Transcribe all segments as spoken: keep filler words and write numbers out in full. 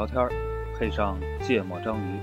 聊天，配上芥末章鱼。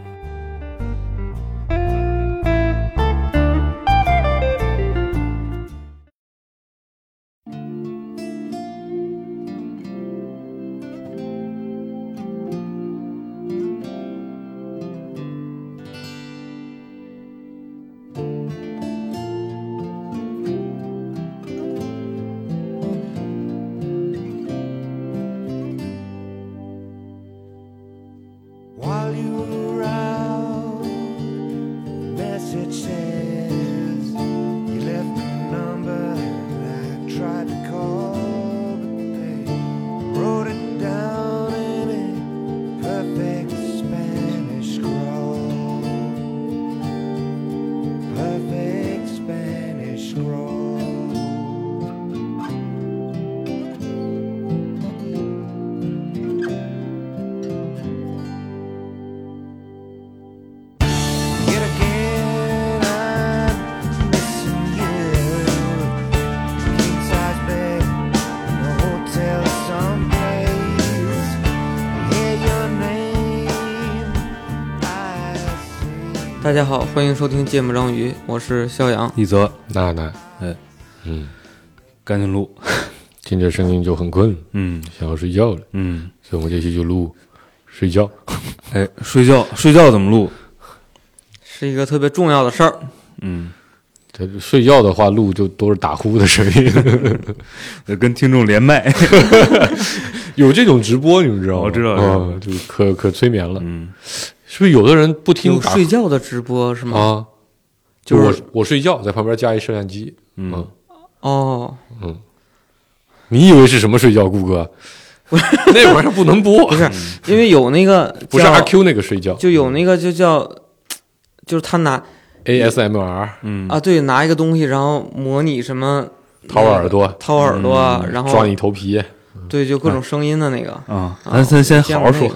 大家好，欢迎收听芥末章鱼，我是肖阳。 一泽娜娜， 哎， 嗯， 赶紧录， 听着声音就很困， 嗯， 想要睡觉了， 嗯， 所以我这期就录睡觉。 哎，睡觉睡觉怎么录？ 是一个特别重要的事儿。 嗯， 这睡觉的话录就都是打呼的声音， 跟听众连麦， 有这种直播你们知道吗？ 我知道， 啊，就可可催眠了。 嗯， 是不是有的人不听有睡觉的直播是吗？ 啊， 就是我我睡觉，在旁边加一摄像机。 嗯， 嗯哦， 嗯，你以为是什么睡觉，顾哥？那玩意儿不能播， 不是，因为有那个不是阿 Q 那个睡觉， 就有那个就叫，就是他拿 A S M R， 嗯啊，对，拿一个东西，然后模拟什么掏耳朵， 掏耳朵啊， 嗯然后抓你头皮， 对，就各种声音的那个啊，咱先先好好说，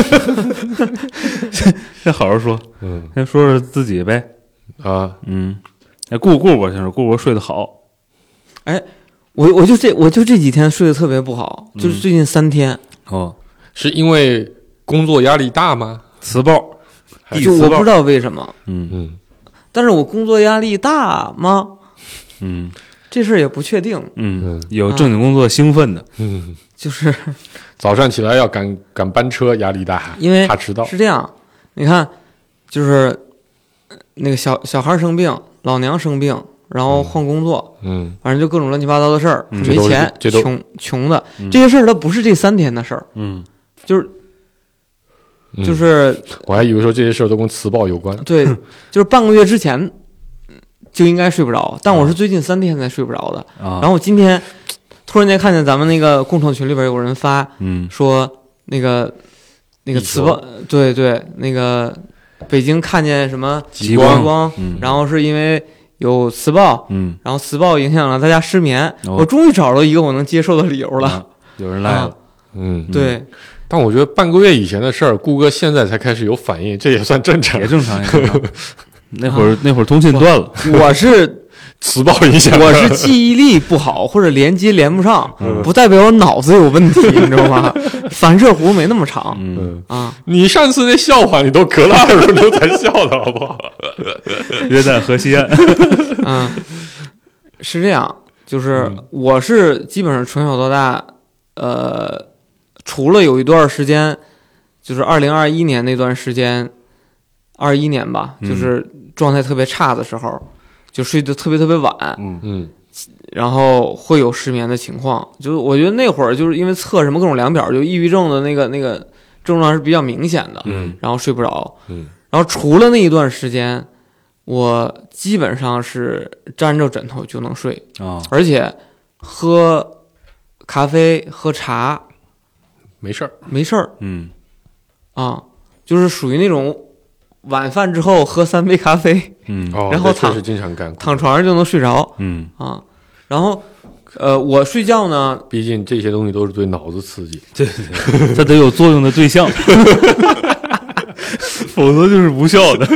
先先好好说， 嗯， 先说说自己呗， 啊， 嗯，哎，顾顾我先说，顾我睡得好， 哎，我我就这我就这几天睡得特别不好， 嗯就是最近三天， 哦， 是因为工作压力大吗？ 磁暴， 就我不知道为什么， 嗯嗯， 但是我工作压力大吗？ 嗯这事儿也不确定， 嗯，有正经工作兴奋的， 嗯， 就是早上起来要赶赶班车，压力大， 因为怕迟到。 是这样，你看，就是那个小小孩生病，老娘生病，然后换工作， 嗯， 反正就各种乱七八糟的事儿， 嗯没钱， 这都穷穷的， 嗯这些事儿它不是这三天的事儿， 嗯就是嗯就是我还以为说这些事儿都跟磁暴有关。 对，就是半个月之前就应该睡不着，但我是最近三天才睡不着的。 啊， 然后今天突然间看见咱们那个共创群里边有人发嗯说那个那个磁暴，对对，那个北京看见什么极光光， 嗯然后是因为有磁暴， 嗯， 然后磁暴影响了大家失眠。 哦我终于找到一个我能接受的理由了。 啊有人来了， 嗯， 对， 但我觉得半个月以前的事儿，顾哥现在才开始有反应，这也算正常也。正常，也正常。那会儿那会儿通信断了， 我是磁暴影响， 我是记忆力不好或者连接连不上， 嗯不代表我脑子有问题，你知道吗？反射弧没那么长。 嗯， 嗯， 啊， 你上次那笑话你都隔了二十分钟才笑的好不好？ 约旦河西岸， 嗯，是这样，就是嗯我是基本上从小到大，呃，除了有一段时间，就是二零二一年那段时间，二一年吧， 嗯就是状态特别差的时候，就睡得特别特别晚， 嗯嗯然后会有失眠的情况。就是我觉得那会儿就是因为测什么各种量表，就抑郁症的那个那个症状是比较明显的， 嗯然后睡不着。 嗯然后除了那一段时间，我基本上是沾着枕头就能睡， 啊， 而且喝咖啡、喝茶没事儿。 没事儿嗯啊，就是属于那种晚饭之后喝三杯咖啡， 嗯哦， 然后躺这确实经常干。 躺床上就能睡着嗯啊。然后，呃，我睡觉呢， 毕竟这些东西都是对脑子刺激。 对对对，它得有作用的对象，否则就是无效的。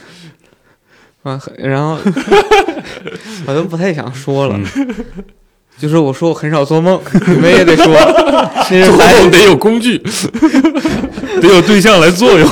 啊，然后我都不太想说了， 就是我说我很少做梦，你们也得说，这做还梦得有工具， 得有对象来作用。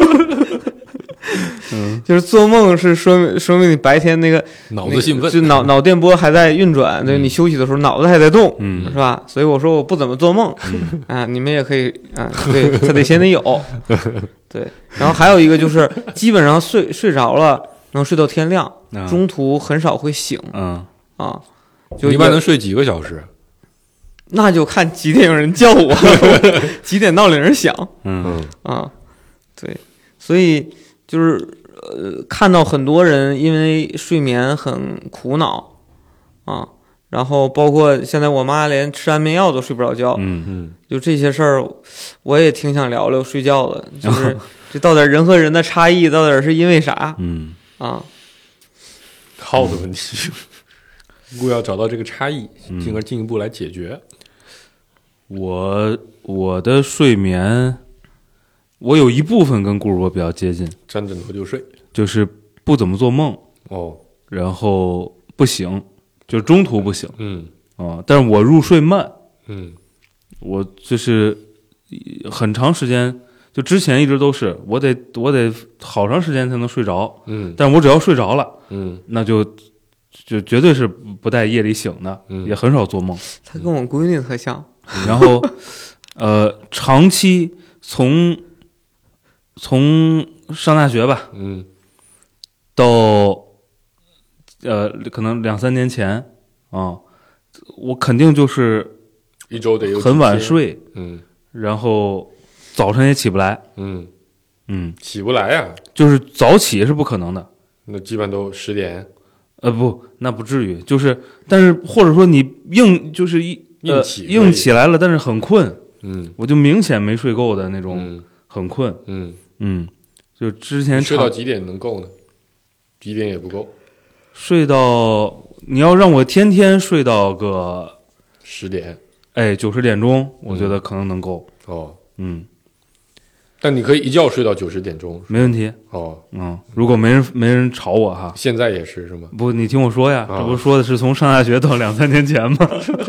就是做梦是说明说明你白天那个脑子兴奋， 就脑脑电波还在运转，对，你休息的时候脑子还在动， 嗯是吧？所以我说我不怎么做梦， 嗯啊，你们也可以啊，对，他得先得有，对。然后还有一个就是基本上睡睡着了能睡到天亮， 啊中途很少会醒嗯啊，就你一般也能睡几个小时？ 那就看几点有人叫我，几点闹铃响嗯啊，对，所以就是呃，看到很多人因为睡眠很苦恼啊，然后包括现在我妈连吃安眠药都睡不着觉， 嗯嗯， 就这些事儿，我也挺想聊聊睡觉的，就是这到底人和人的差异到底是因为啥嗯啊？ 好的问题，我要找到这个差异， 嗯进而进一步来解决。 我我的睡眠，我有一部分跟顾主播比较接近， 沾枕头就睡。 就是不怎么做梦， 哦， 然后不醒，就中途不醒嗯啊。但是我入睡慢， 嗯我就是很长时间，就之前一直都是我得我得好长时间才能睡着， 嗯但我只要睡着了， 嗯那就就绝对是不带夜里醒的， 嗯也很少做梦。 她跟我闺女特像， 然后，呃，长期从从上大学吧嗯到呃可能两三年前啊，我肯定就是一周得有很晚几天。 睡， 嗯然后早晨也起不来， 嗯， 嗯， 起不来呀、 就是早起是不可能的。 那基本都十点。 呃，不，那不至于，就是，但是或者说你硬就是一呃硬起可以硬起来了，但是很困， 嗯我就明显没睡够的那种， 嗯很困， 嗯， 嗯，就之前长睡到几点能够呢？几点也不够， 睡到你要让我天天睡到个十点。 哎九十点钟，我觉得可能能够， 哦， 嗯， 但你可以一觉睡到九十点钟。 没问题， 哦， 嗯，如果没人没人吵我哈， 现在也是是吗？ 不，你听我说呀， 啊这不说的是从上大学到两三年前吗？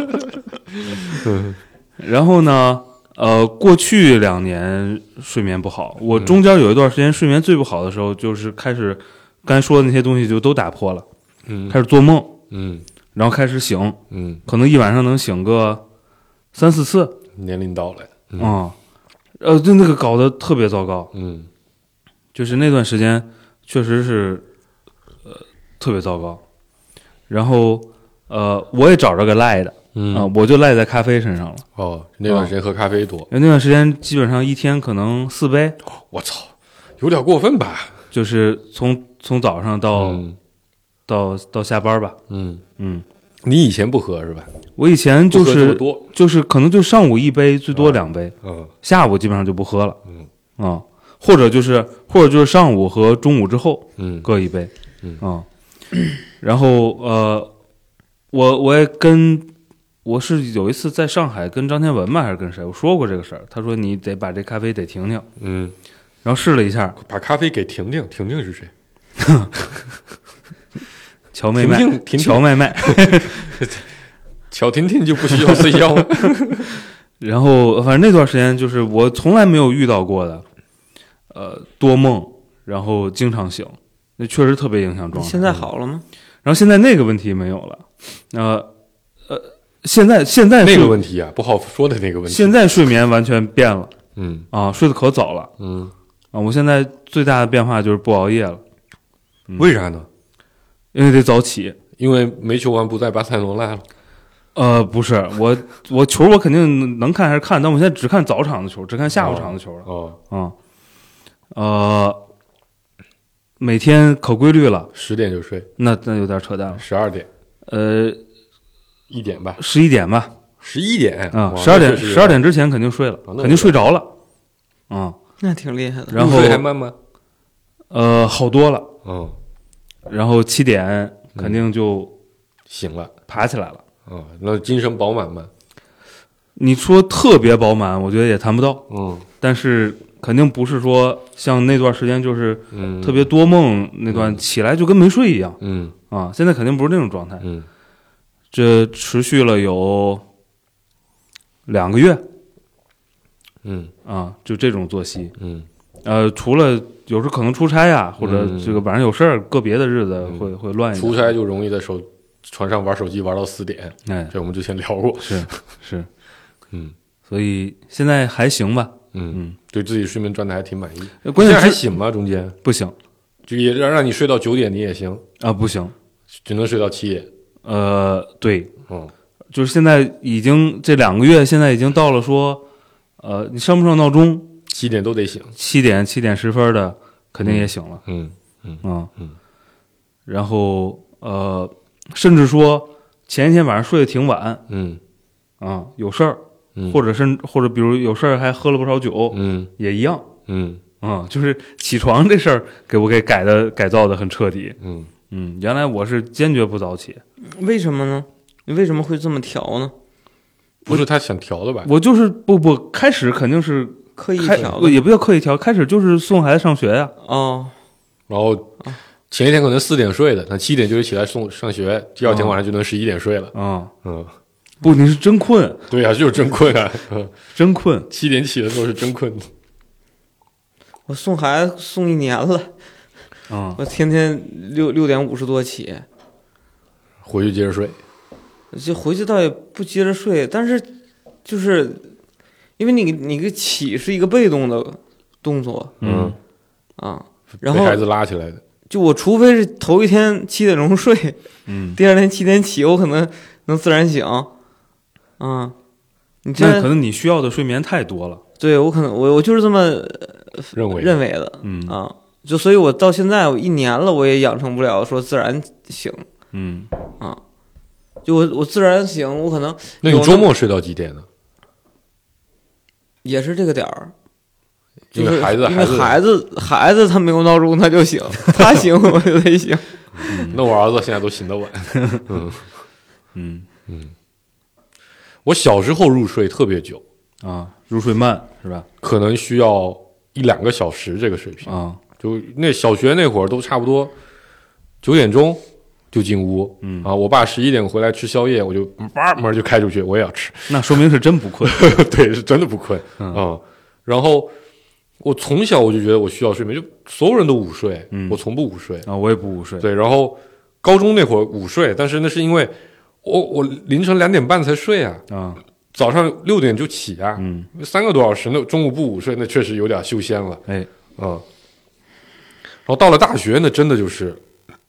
然后呢，呃，过去两年睡眠不好，我中间有一段时间睡眠最不好的时候，就是开始刚才说的那些东西就都打破了， 嗯开始做梦， 嗯然后开始醒， 嗯， 可能一晚上能醒个三四次， 年龄到了。嗯啊、呃，就那个搞得特别糟糕， 嗯就是那段时间确实是，呃，特别糟糕。然后，呃，我也找着个赖的，啊、 嗯我就赖在咖啡身上了。 哦，那段时间喝咖啡多， 因为那段时间基本上一天可能四杯， 我操，有点过分吧？ 就是从从早上到、 嗯到到下班吧。 嗯， 嗯， 你以前不喝是吧？ 我以前就不喝这么是多。 就是可能就上午一杯，最多两杯， 嗯下午基本上就不喝了。 嗯啊、或者就是或者就是上午和中午之后嗯各一杯。 嗯啊、然后呃，我我也跟我是有一次在上海跟张天文吧还是跟谁我说过这个事儿，他说你得把这咖啡得停停， 嗯， 然后试了一下， 把咖啡给婷婷，婷婷是谁？ 乔妹妹， 婷婷婷婷， 乔妹妹。 小婷婷就不需要睡觉了。 然后反正那段时间就是我从来没有遇到过的，呃，多梦，然后经常醒，那确实特别影响状态。 现在好了吗？ 然后现在那个问题没有了，呃呃，现在现在那睡个问题啊，不好说的那个问题。 现在睡眠完全变了嗯啊，睡得可早了嗯， 啊！我现在最大的变化就是不熬夜了，嗯为啥呢？ 因为得早起。 因为煤球完不在巴塞罗那了。 呃，不是我，我球我肯定能看还是看，但我现在只看早场的球，只看下午场的球了。 哦， 啊，呃，每天可规律了， 十点就睡， 那那有点扯淡了。 十二点、 呃， 一点吧， 十一点吧， 十一点啊， 哇十二点那确实有十二点之前肯定睡了， 啊那肯定睡着了，啊， 那挺厉害的。 然后入睡还慢吗？ 呃好多了， 嗯， 然后七点肯定就醒了。 爬起来了。 哦，那精神饱满吗？ 你说特别饱满，我觉得也谈不到， 嗯但是肯定不是说像那段时间就是嗯， 特别多梦那段起来就跟没睡一样嗯啊，现在肯定不是那种状态。 嗯这持续了有两个月嗯啊，就这种作息。 嗯呃，除了有时候可能出差呀，或者这个晚上有事儿，个别的日子会、 嗯、 会乱一点。 出差就容易在手船上玩手机玩到四点， 哎， 这我们之前聊过。 是是， 嗯， 所以现在还行吧。 嗯嗯， 对自己睡眠状态还挺满意。 关键还行吗？中间不行就也让让你睡到九点，你也行啊，不行， 只能睡到七点。 呃，对， 嗯， 就是现在已经这两个月，现在已经到了说，呃，你上不上闹钟？ 七点都得醒， 七点七点十分的肯定也醒了。 嗯嗯嗯嗯， 然后呃，甚至说前一天晚上睡得挺晚， 嗯啊，有事儿， 嗯， 或者是或者比如有事儿还喝了不少酒， 嗯也一样。 嗯啊，就是起床这事儿给我给改的改造的很彻底。 嗯嗯，原来我是坚决不早起， 为什么呢？你为什么会这么调呢？ 不是他想调的吧？ 我就是不不开始肯定是刻意开调的也不叫刻意调，开始就是送孩子上学呀。 哦， 然后前一天可能四点睡的，那七点就得起来送上学，第二天晚上就能十一点睡了。 啊、 嗯， 不，你是真困， 对呀、啊，就是真困啊，嗯， 真困。 七点起的时候是真困。 我送孩子送一年了， 啊、 我天天六六点五十多起， 回去接着睡。 就回去倒也不接着睡，但是就是因为你你个起是一个被动的动作嗯啊，然后被孩子拉起来的。 就我除非是头一天七点钟睡， 嗯， 第二天七点起，我可能能自然醒。啊，你这那可能你需要的睡眠太多了。 对我可能我我就是这么认为认为的， 嗯啊，就所以我到现在我一年了，我也养成不了说自然醒嗯， 啊。就我我自然醒，我可能那你周末睡到几点呢？ 也是这个点儿。 因为孩子， 因为孩子孩子他没有闹钟他就醒，他醒我就得醒。 嗯、那我儿子现在都醒得晚。嗯嗯嗯，我小时候入睡特别久啊，入睡慢是吧？ 可能需要一两个小时这个水平啊。 就那小学那会儿都差不多九点钟就进屋， 嗯啊，我爸十一点回来吃宵夜，我就叭门就开出去，我也要吃。 那说明是真不困。 对，是真的不困啊、 嗯嗯。然后我从小我就觉得我需要睡眠，就所有人都午睡， 嗯、 我从不午睡啊，我也不午睡。 对，然后高中那会儿午睡，但是那是因为我我凌晨两点半才睡啊， 啊， 早上六点就起啊， 嗯， 三个多小时，那中午不午睡，那确实有点修仙了， 哎， 嗯。然后到了大学，那真的就是，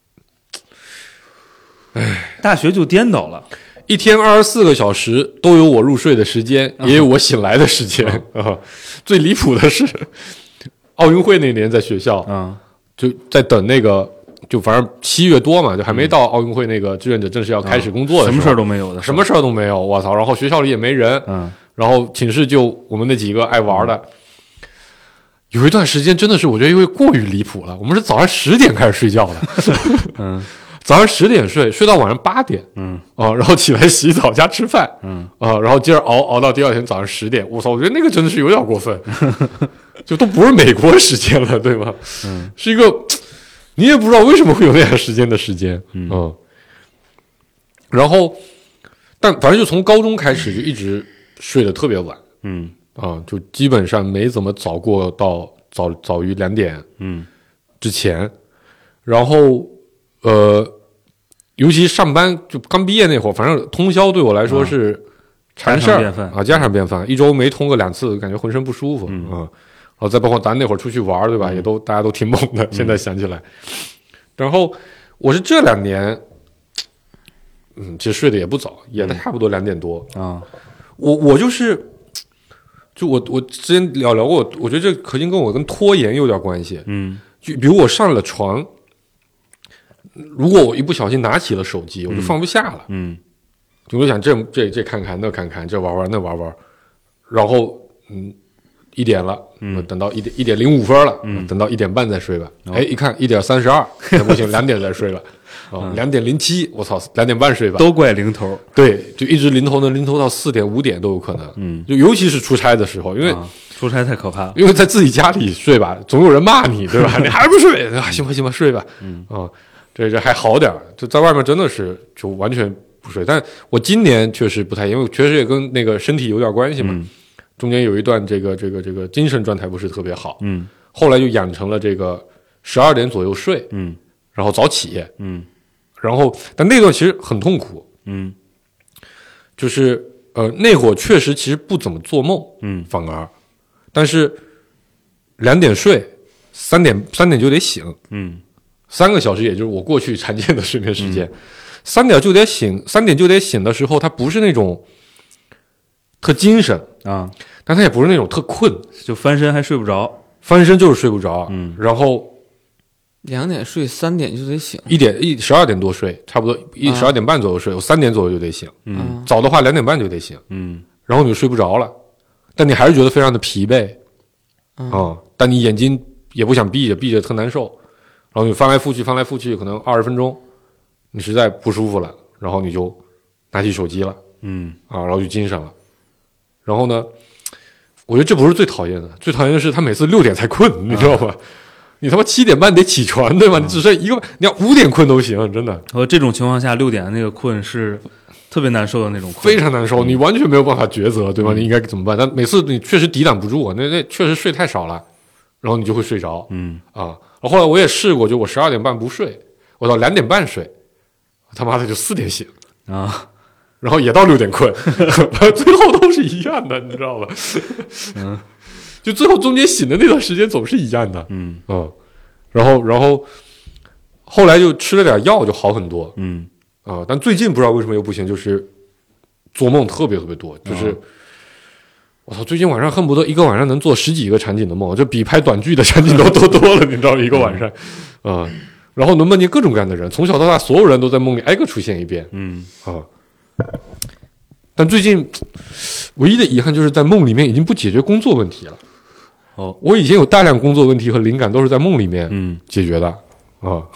哎， 大学就颠倒了。 一天二十四个小时都有我入睡的时间，也有我醒来的时间啊。最离谱的是，奥运会那年在学校啊， 就在等那个，就反正七月多嘛，就还没到奥运会那个志愿者正式要开始工作的时候， 什么事儿都没有的， 什么事儿都没有，我操！然后学校里也没人， 嗯， 然后寝室就我们那几个爱玩的。有一段时间真的是我觉得因为过于离谱了，我们是早上十点开始睡觉的， 嗯， 早上十点睡，睡到晚上八点， 嗯啊，然后起来洗澡加吃饭， 嗯啊，然后接着熬熬到第二天早上十点，我操，我觉得那个真的是有点过分，就都不是美国时间了，对吗？ 嗯， 是一个你也不知道为什么会有那样时间的时间， 嗯， 嗯然后但反正就从高中开始就一直睡得特别晚， 嗯啊，就基本上没怎么早过到早早于两点嗯之前，然后呃，尤其上班就刚毕业那会儿，反正通宵对我来说是常事儿啊，家常便饭，一周没通个两次，感觉浑身不舒服， 嗯啊，然后再包括咱那会儿出去玩，对吧？ 嗯、 也都大家都挺猛的，现在想起来，然后我是这两年，嗯，其实睡得也不早，也差不多两点多啊， 我我就是。就我我之前聊聊过，我觉得这核心跟我跟拖延有点关系。 嗯， 就比如我上了床，如果我一不小心拿起了手机，我就放不下了。 嗯， 就我想这这这看看那看看，这玩玩那玩玩，然后嗯一点了， 嗯， 等到一点一点零五分了， 嗯， 等到一点半再睡吧。 哦、 哎，一看一点三十二，那不行，两点再睡吧。哦，两点零七，我操，两点半睡吧， 都怪零头。 对，就一直零头能零头到四点五点都有可能。 嗯， 就尤其是出差的时候，因为、 啊、出差太可怕了， 因为在自己家里睡吧，总有人骂你，对吧？你还不睡啊？行吧，行吧，睡吧。 嗯啊，这这还好点儿，就在外面真的是就完全不睡。但我今年确实不太，因为确实也跟那个身体有点关系嘛。 嗯、 中间有一段这个这个这个精神状态不是特别好， 嗯， 后来就养成了这个十二点左右睡， 嗯， 然后早起， 嗯， 然后但那段其实很痛苦， 嗯， 就是呃那会儿确实其实不怎么做梦， 嗯， 反而，但是两点睡，三点三点就得醒， 嗯， 三个小时也就是我过去常见的睡眠时间，嗯、三点就得醒，三点就得醒的时候，它不是那种特精神啊， 但它也不是那种特困， 就翻身还睡不着， 翻身就是睡不着， 嗯， 然后。 两点睡，三点就得醒。 一点一十二点多睡，差不多一十二点半左右睡，我三点左右就得醒。 嗯， 早的话两点半就得醒。 嗯， 然后你就睡不着了，但你还是觉得非常的疲惫，啊、 嗯嗯，但你眼睛也不想闭着，闭着特难受。然后你翻来覆去，翻来覆去，可能二十分钟，你实在不舒服了，然后你就拿起手机了， 嗯， 啊，然后就精神了。然后呢，我觉得这不是最讨厌的，最讨厌的是他每次六点才困，你知道吧？啊你他妈七点半得起床，对吧？你只剩一个，你要五点困都行，真的。 和这种情况下，六点那个困是特别难受的那种困， 非常难受，你完全没有办法抉择，对吧？嗯、你应该怎么办？但每次你确实抵挡不住，那那确实睡太少了，然后你就会睡着， 嗯啊。后来我也试过，就我十二点半不睡，我到两点半睡，他妈的就四点醒啊， 然后也到六点困，最后都是一样的，你知道吧？ 嗯。 就最后中间醒的那段时间总是一样的， 嗯嗯，然后然后后来就吃了点药就好很多， 嗯啊、呃，但最近不知道为什么又不行，就是做梦特别特别多，就是、哦、我操，最近晚上恨不得一个晚上能做十几个场景的梦，就比拍短剧的场景都都多了，你知道吗？一个晚上，啊、呃，然后能梦见各种各样的人，从小到大所有人都在梦里挨个出现一遍， 嗯啊。但最近唯一的遗憾就是在梦里面已经不解决工作问题了。 哦， 我以前有大量工作问题和灵感都是在梦里面解决的， 嗯啊，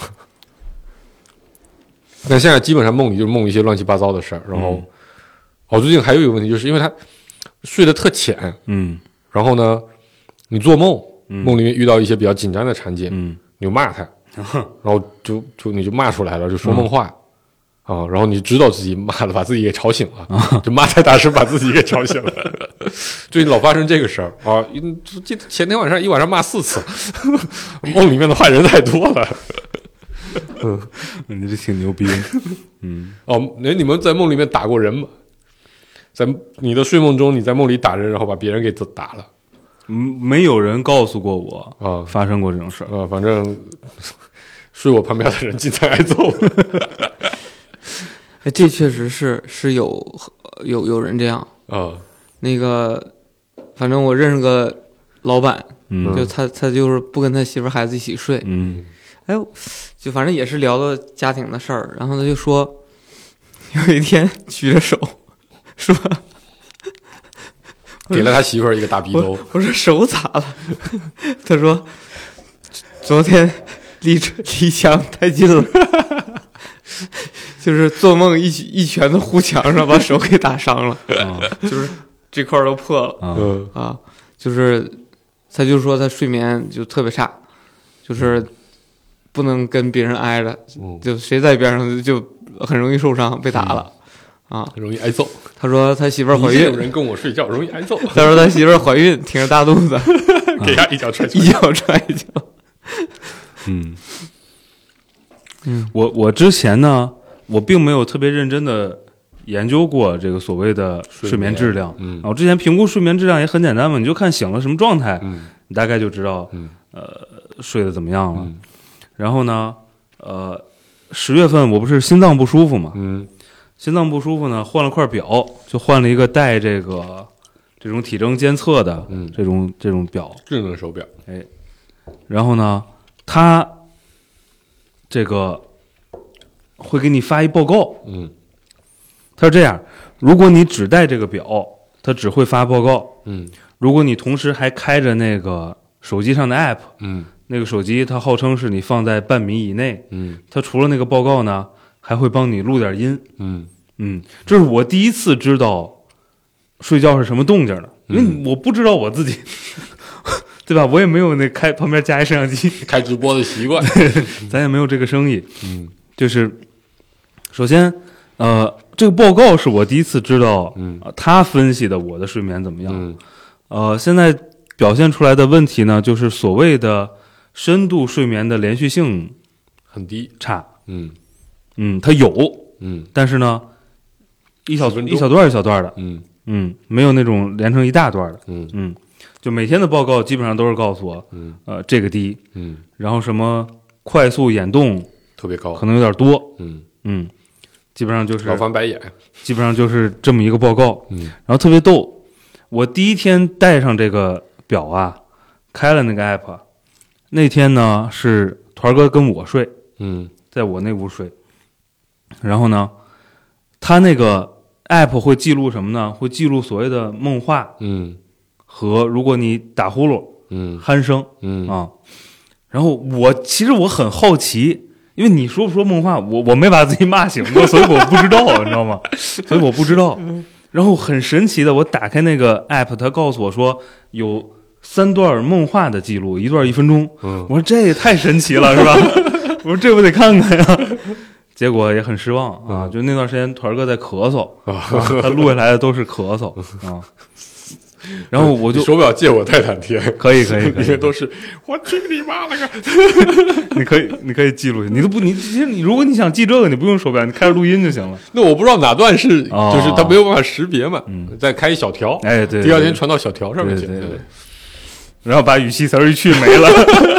但现在基本上梦里就是梦一些乱七八糟的事儿。然后， 嗯、 我最近还有一个问题，就是因为他睡得特浅， 嗯， 然后呢，你做梦， 嗯、 梦里面遇到一些比较紧张的场景， 嗯， 你就骂他，然后就就你就骂出来了，就说梦话。嗯啊，然后你知道自己骂了，把自己给吵醒了，啊、就骂太大声，把自己给吵醒了。最近老发生这个事儿啊！这前天晚上一晚上骂四次，梦里面的坏人太多了。嗯， 你这挺牛逼。嗯， 哦，那你们在梦里面打过人吗？在你的睡梦中，你在梦里打人，然后把别人给打了？ 嗯，没有人告诉过我啊， 发生过这种事儿啊。反正睡我旁边的人经常挨揍。 哎，这确实是是有有有人这样啊。 那个，反正我认识个老板， 嗯， 就他他就是不跟他媳妇孩子一起睡， 嗯， 哎，就反正也是聊到家庭的事儿，然后他就说，有一天举着手说， 给了他媳妇儿一个大逼兜。 我说手咋了？他说昨天离离墙太近了。就是做梦一一拳子呼墙上，把手给打伤了， 啊、 就是这块都破了啊啊！就是他就说他睡眠就特别差，就是不能跟别人挨着， 嗯、 就谁在边上就很容易受伤，被打了、嗯、啊， 很容易挨揍。 他说他媳妇儿怀孕， 有人跟我睡觉容易挨揍。 他说他媳妇儿怀孕，挺着大肚子， 给他一脚踹， 一脚踹一脚。 嗯嗯，我我之前呢。我并没有特别认真的研究过这个所谓的睡眠质量。 嗯， 然后之前评估睡眠质量也很简单嘛，你就看醒了什么状态， 嗯， 你大概就知道， 嗯， 呃，睡得怎么样了。 嗯、 然后呢，呃，十月份我不是心脏不舒服嘛， 嗯， 心脏不舒服呢，换了块表，就换了一个带这个这种体征监测的， 嗯， 这种这种表， 智能手表。 哎，然后呢，它这个。会给你发一报告， 嗯， 他是这样，如果你只带这个表，它只会发报告， 嗯， 如果你同时还开着那个手机上的 app， 嗯， 那个手机它号称是你放在半米以内， 嗯， 它除了那个报告呢，还会帮你录点音， 嗯嗯，这是我第一次知道睡觉是什么动静的，因为我不知道我自己。对吧？我也没有那开旁边加一摄像机开直播的习惯， 咱也没有这个生意， 嗯， 就是。首先，呃， 这个报告是我第一次知道， 嗯、 呃，他分析的我的睡眠怎么样。 嗯、 呃，现在表现出来的问题呢，就是所谓的深度睡眠的连续性很低， 差。 嗯嗯，它有， 嗯， 但是呢，一小一小段一小段的， 嗯嗯，没有那种连成一大段的。 嗯嗯，就每天的报告基本上都是告诉我， 嗯呃，这个低， 嗯， 然后什么快速眼动特别高， 可能有点多。 嗯嗯，基本上就是老翻白眼， 基本上就是这么一个报告。 嗯， 然后特别逗，我第一天带上这个表啊，开了那个 app， 那天呢是团哥跟我睡， 嗯， 在我那屋睡，然后呢，他那个 app 会记录什么呢？会记录所谓的梦话， 嗯， 和如果你打呼噜、 嗯， 鼾声， 嗯啊，然后我其实我很好奇。因为你说不说梦话，我我没把自己骂醒过，所以我不知道，你知道吗？所以我不知道。然后很神奇的，我打开那个 app， 它告诉我说有三段梦话的记录，一段一分钟。 嗯， 我说这也太神奇了，是吧？我说这我得看看呀。结果也很失望啊，就那段时间团哥在咳嗽，啊、他录下来的都是咳嗽啊。然后我就手表借我带两天， 可以可以， 里面都是我去你妈了个！ 你可以你可以记录，你都不你其实你如果你想记这个，你不用手表，你开着录音就行了。 那我不知道哪段是， 哦、 就是它没有办法识别嘛， 嗯， 再开一小条， 哎对，对， 第二天传到小条上面去， 对对对，然后把语气词一去没了。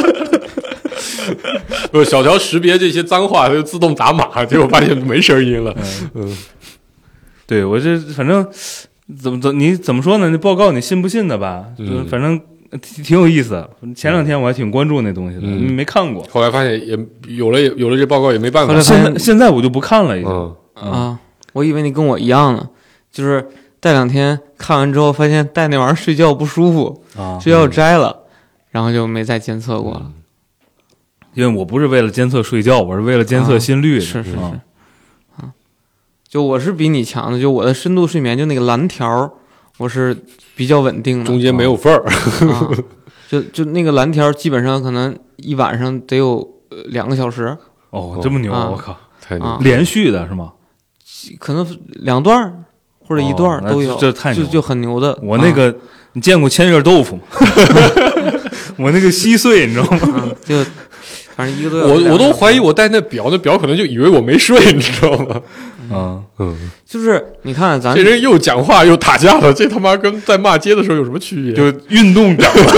呃，小条识别这些脏话，它就自动打码，结果发现没声音了。嗯，嗯对我这反正。怎么怎你怎么说呢？那报告你信不信的吧？ 嗯、 就反正挺挺有意思。前两天我还挺关注那东西的， 嗯、 没看过。 后来发现也有了，有了这报告也没办法。 现在现在我就不看了，已经、 嗯嗯、啊！我以为你跟我一样呢，就是戴两天看完之后，发现戴那玩意儿睡觉不舒服， 啊、 睡觉摘了、嗯，然后就没再监测过了。 嗯、因为我不是为了监测睡觉，我是为了监测心率的。 啊、是是是。 啊就我是比你强的，就我的深度睡眠，就那个蓝条，我是比较稳定的， 中间没有缝儿、 啊，就就那个蓝条，基本上可能一晚上得有两个小时。 哦，这么牛！ 啊、 我靠， 太牛！ 啊、 连续的是吗？ 可能两段或者一段都有， 哦、这太牛就就很牛的。 我那个、啊、你见过千叶豆腐吗？我那个稀碎，你知道吗？ 啊、就反正一个多小时。我我都怀疑我戴那表，那表可能就以为我没睡，你知道吗？ 嗯嗯， 就是你看咱这人又讲话又打架了，这他妈跟在骂街的时候有什么区别？ 就运动涨了，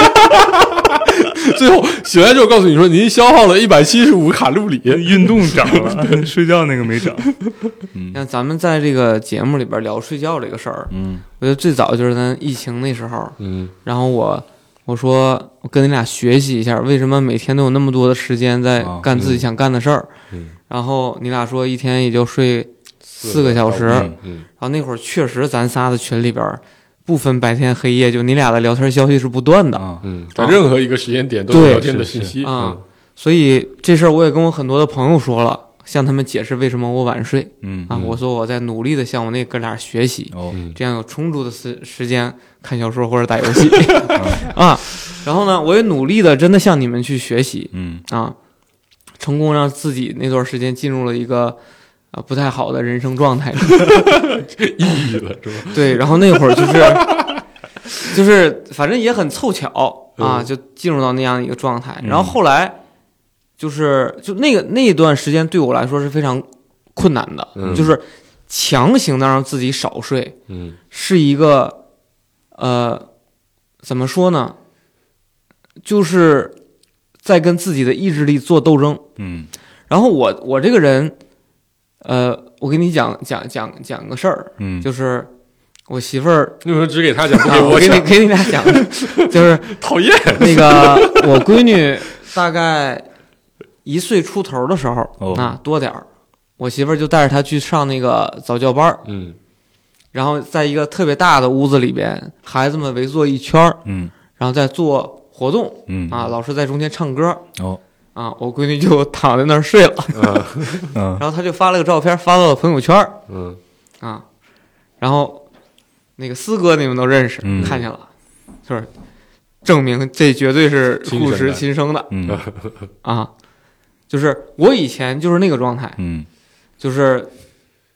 最后醒来之后告诉你说您消耗了一百七十五卡路里， 运动涨了，睡觉那个没涨。 嗯，像咱们在这个节目里边聊睡觉这个事儿， 嗯， 我觉得最早就是咱疫情那时候， 嗯， 然后我我说我跟你俩学习一下，为什么每天都有那么多的时间在干自己想干的事儿。 嗯， 然后你俩说一天也就睡四个小时， 嗯， 然后那会儿确实咱仨的群里边不分白天黑夜，就你俩的聊天消息是不断的， 嗯，在任何一个时间点都有聊天的信息啊、嗯，所以这事儿我也跟我很多的朋友说了，向他们解释为什么我晚睡， 嗯啊，我说我在努力的向我那哥俩学习， 哦， 这样有充足的时时间看小说或者打游戏啊，然后呢，我也努力的真的向你们去学习， 嗯啊。成功让自己那段时间进入了一个啊、呃、不太好的人生状态， 抑郁了是吧？ 对，然后那会儿就是就是反正也很凑巧啊，就进入到那样一个状态。然后后来就是就那个那一段时间对我来说是非常困难的， 嗯、 就是强行的让自己少睡， 嗯， 是一个呃怎么说呢，就是在跟自己的意志力做斗争。 嗯， 然后我我这个人，呃，我给你讲讲讲讲个事儿， 嗯， 就是我媳妇儿， 为什么只给他讲，不给我讲？ 给你给你俩讲，就是讨厌那个我闺女大概一岁出头的时候， 哦、 啊多点儿，我媳妇儿就带着她去上那个早教班， 嗯， 然后在一个特别大的屋子里边，孩子们围坐一圈儿， 嗯， 然后再做活动， 嗯啊，老师在中间唱歌， 哦。 啊，我闺女就躺在那儿睡了， 嗯， 然后她就发了个照片发到了朋友圈， 嗯， 啊，然后那个四哥你们都认识， 嗯、 看见了，就是证明这绝对是护食亲生的， 嗯啊，就是我以前就是那个状态， 嗯， 就是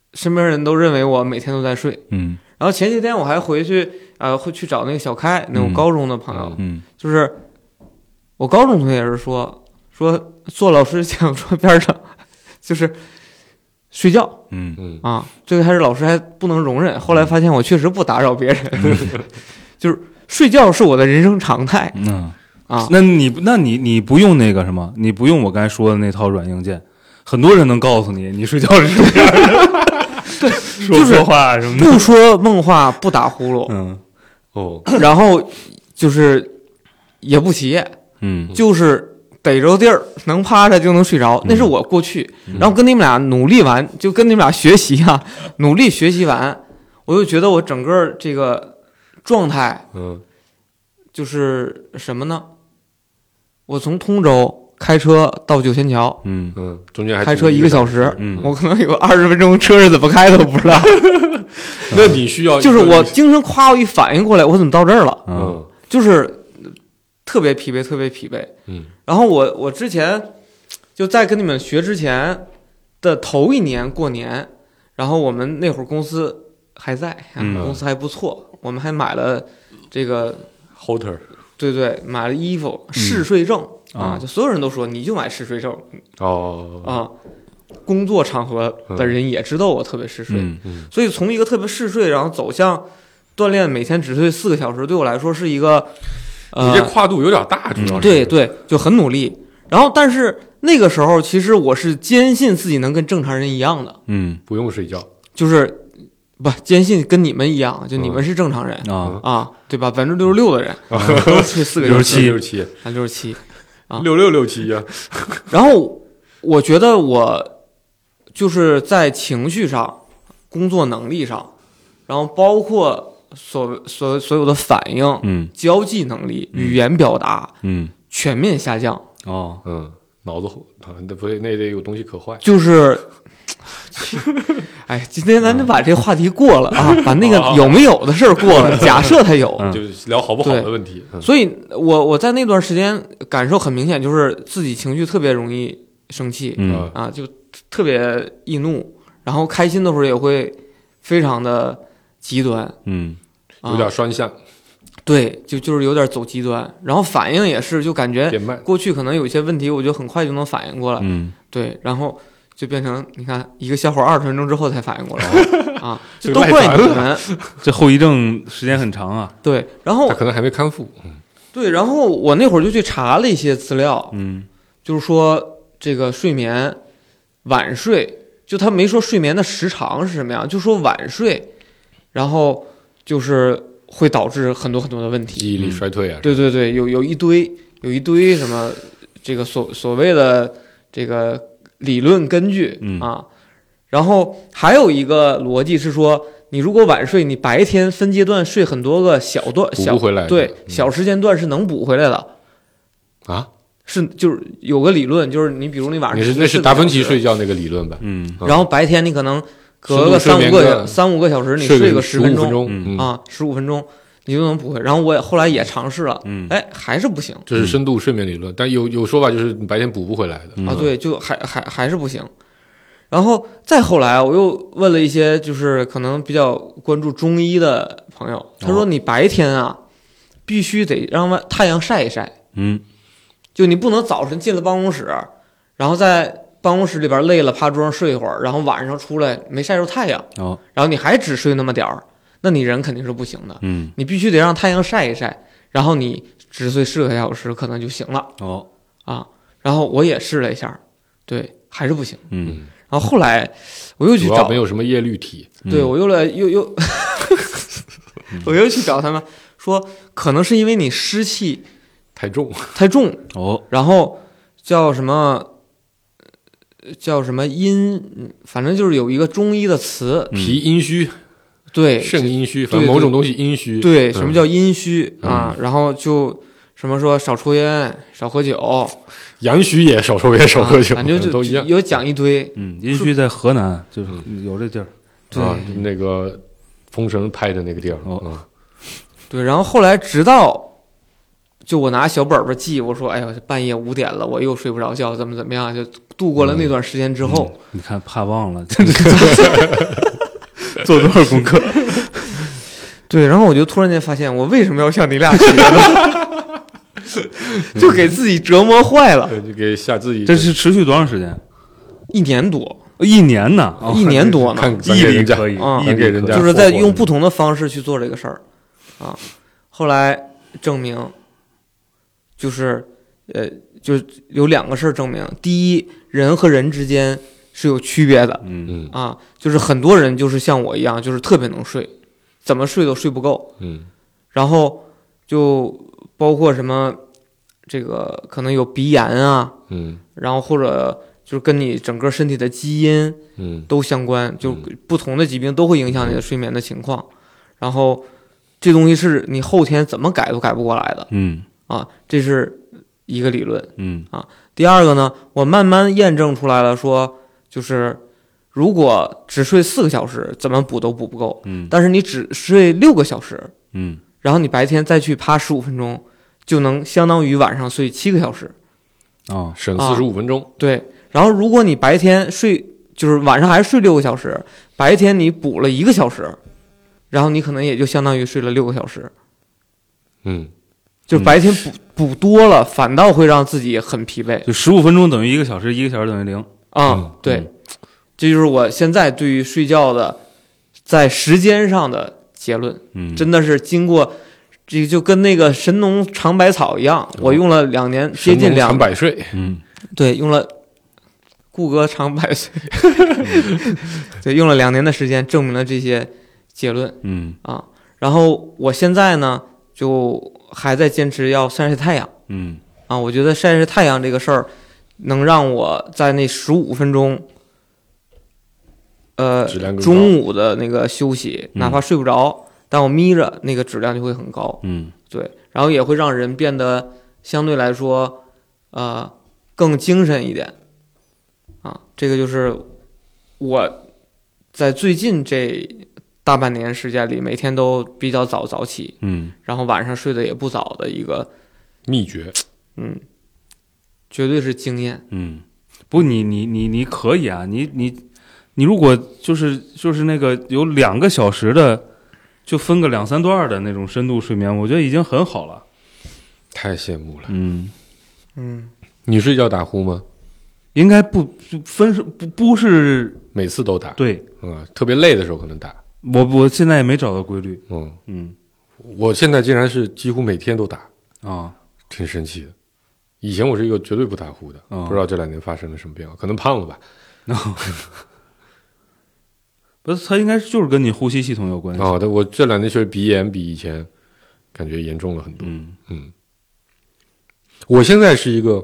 身边人都认为我每天都在睡。 嗯， 然后前几天我还回去呃会去找那个小开，那我高中的朋友， 嗯， 就是我高中同学也是说说做老师讲桌边上就是睡觉， 嗯嗯啊，这个开始老师还不能容忍，后来发现我确实不打扰别人，就是睡觉是我的人生常态。 嗯啊， 那你那你你不用那个什么，你不用我刚才说的那套软硬件，很多人能告诉你你睡觉是什么样的。 对， 说错话什么的， 不说梦话，不打呼噜， 嗯哦， 然后就是也不起夜， 嗯， 就是逮着地儿能趴着就能睡着，那是我过去。然后跟你们俩努力完，就跟你们俩学习啊，努力学习完，我就觉得我整个这个状态， 嗯， 就是什么呢？我从通州开车到九仙桥， 嗯嗯，中间还开车一个小时， 嗯， 我可能有二十分钟车是怎么开的，我不知道。 那你需要就是我精神夸我一反应过来，我怎么到这儿了？ 嗯， 就是特别疲惫，特别疲惫。 嗯， 然后我我之前就在跟你们学之前的头一年过年，然后我们那会儿公司还在， 嗯公司还不错，我们还买了这个 Holter， 对对，买了衣服嗜睡症、 嗯、 啊，就所有人都说你就买嗜睡症哦啊。工作场合的人也知道我特别嗜睡， 嗯嗯、 所以从一个特别嗜睡，然后走向锻炼，每天只睡四个小时，对我来说是一个，呃、 你这跨度有点大，主要是对对，就很努力。然后，但是那个时候，其实我是坚信自己能跟正常人一样的， 嗯， 不用睡觉， 就是不坚信跟你们一样，就你们是正常人、 嗯、 啊，对吧？百分之六十六的人、嗯、都睡四个小时， 六十七， 啊，六十七，啊， 六六六七呀。 然后我觉得我就是在情绪上、工作能力上，然后包括所所所有的反应、 嗯， 交际能力、语言表达， 嗯， 全面下降。 哦， 嗯，脑子那不对，那得有东西可坏。 就是，哎，今天咱就把这话题过了啊，把那个有没有的事儿过了。假设他有， 就聊好不好的问题。 所以我我在那段时间感受很明显，就是自己情绪特别容易生气， 嗯啊，就特别易怒，然后开心的时候也会非常的极端， 嗯， 啊、 有点双向。 对，就就是有点走极端，然后反应也是，就感觉变慢。 过去可能有一些问题，我就很快就能反应过来， 嗯， 对，然后就变成你看一个笑话二十分钟之后才反应过来啊，这都怪你们， 这后遗症时间很长啊。 对，然后他可能还没康复。 对，然后我那会儿就去查了一些资料， 嗯， 就是说这个睡眠晚睡，就他没说睡眠的时长是什么样，就说晚睡，然后就是会导致很多很多的问题， 记忆力衰退啊。 对对对，有有一堆有一堆什么这个所所谓的这个理论根据、 嗯、 啊，然后还有一个逻辑是说，你如果晚睡，你白天分阶段睡很多个小段小补不回来， 对、 嗯、 小时间段是能补回来的啊。 是，就是有个理论，就是你比如你晚上你是那是达芬奇睡觉那个理论吧？ 嗯， 然后白天你可能隔个三五个三五个小时，你睡个十分钟， 钟嗯、 啊，十五分钟你就能补回。然后我也后来也尝试了， 嗯， 哎，还是不行。 这是深度睡眠理论，但有有说法就是你白天补不回来的、 嗯、 啊，对，就还还还是不行。然后再后来，我又问了一些就是可能比较关注中医的朋友，他说你白天啊，必须得让外太阳晒一晒， 嗯。 就你不能早晨进了办公室，然后在办公室里边累了趴桌上睡一会儿，然后晚上出来没晒着太阳， 哦， 然后你还只睡那么点儿，那你人肯定是不行的。 嗯， 你必须得让太阳晒一晒，然后你只睡四个小时可能就行了。 哦， 啊，然后我也试了一下，对，还是不行。 嗯， 然后后来我又去找， 没有什么叶绿体， 对我又来又又，我又去找他们说，可能是因为你湿气。 太重太重哦， 然后叫什么叫什么阴，反正就是有一个中医的词， 脾阴虚， 对， 肾阴虚，反正某种东西阴虚。 对，什么叫阴虚、 嗯、 啊？然后就什么说少抽烟、少喝酒， 阳虚也少抽烟、少喝酒， 反正就都一样。 有讲一堆。 嗯，阴虚在河南，就是有这地儿， 对、 啊，那个封神拍的那个地儿。 哦， 嗯， 对，然后后来直到。 就我拿小本本记，我说哎呦半夜五点了，我又睡不着觉，怎么怎么样，就度过了那段时间之后， 嗯、你看怕忘了，做多少功课？ 对，然后我就突然间发现，我为什么要向你俩学呢？就给自己折磨坏了， 就给吓自己。 这是持续多长时间？ 一年多， 一年呢，哦、 一年多呢， 毅力可以， 啊、 毅力给人家， 就是在用不同的方式去做这个事儿，啊，后来证明，就是呃，就是有两个事儿证明，第一，人和人之间是有区别的， 嗯嗯啊，就是很多人就是像我一样，就是特别能睡，怎么睡都睡不够， 嗯， 然后就包括什么，这个可能有鼻炎啊， 嗯， 然后或者就是跟你整个身体的基因， 嗯， 都相关，就不同的疾病都会影响你的睡眠的情况，然后这东西是你后天怎么改都改不过来的， 嗯啊，这是一个理论， 嗯啊，第二个呢，我慢慢验证出来了，说就是如果只睡四个小时，怎么补都补不够， 嗯， 但是你只睡六个小时， 嗯， 然后你白天再去趴十五分钟，就能相当于晚上睡七个小时， 哦， 省四十五分钟， 对。然后如果你白天睡，就是晚上还睡六个小时，白天你补了一个小时，然后你可能也就相当于睡了六个小时。 嗯， 就是白天补补多了，反倒会让自己很疲惫。 就十五分钟等于一个小时，一个小时等于零。 啊、 嗯对、 嗯， 这就是我现在对于睡觉的在时间上的结论。 嗯， 真的是经过。这就跟那个神农尝百草一样，我用了两年，接近两尝百岁， 嗯， 对，用了顾哥尝百岁，对，用了两年的时间证明了这些结论， 嗯啊，然后我现在呢就还在坚持要晒晒太阳， 嗯啊，我觉得晒晒太阳这个事儿能让我在那十五分钟，呃，中午的那个休息，哪怕睡不着。但我眯着那个质量就会很高， 嗯， 对，然后也会让人变得相对来说，呃，更精神一点，啊，这个就是我在最近这大半年时间里，每天都比较早早起， 嗯， 然后晚上睡得也不早的一个秘诀， 嗯，绝对是经验， 嗯，不，你你你你可以啊，你你你如果就是就是那个有两个小时的。就分个两三段的那种深度睡眠，我觉得已经很好了。 太羡慕了。 嗯嗯， 你睡觉打呼吗？ 应该不分是不不是每次都打。 对， 嗯，特别累的时候可能打。 我我现在也没找到规律。 嗯嗯， 我现在竟然是几乎每天都打啊、哦， 挺神奇的。以前我是一个绝对不打呼的， 哦、 不知道这两年发生了什么变化，可能胖了吧。 哦不是，它应该就是跟你呼吸系统有关系。 哦，对，我这两年确实鼻炎比以前感觉严重了很多。 嗯嗯，我现在是一个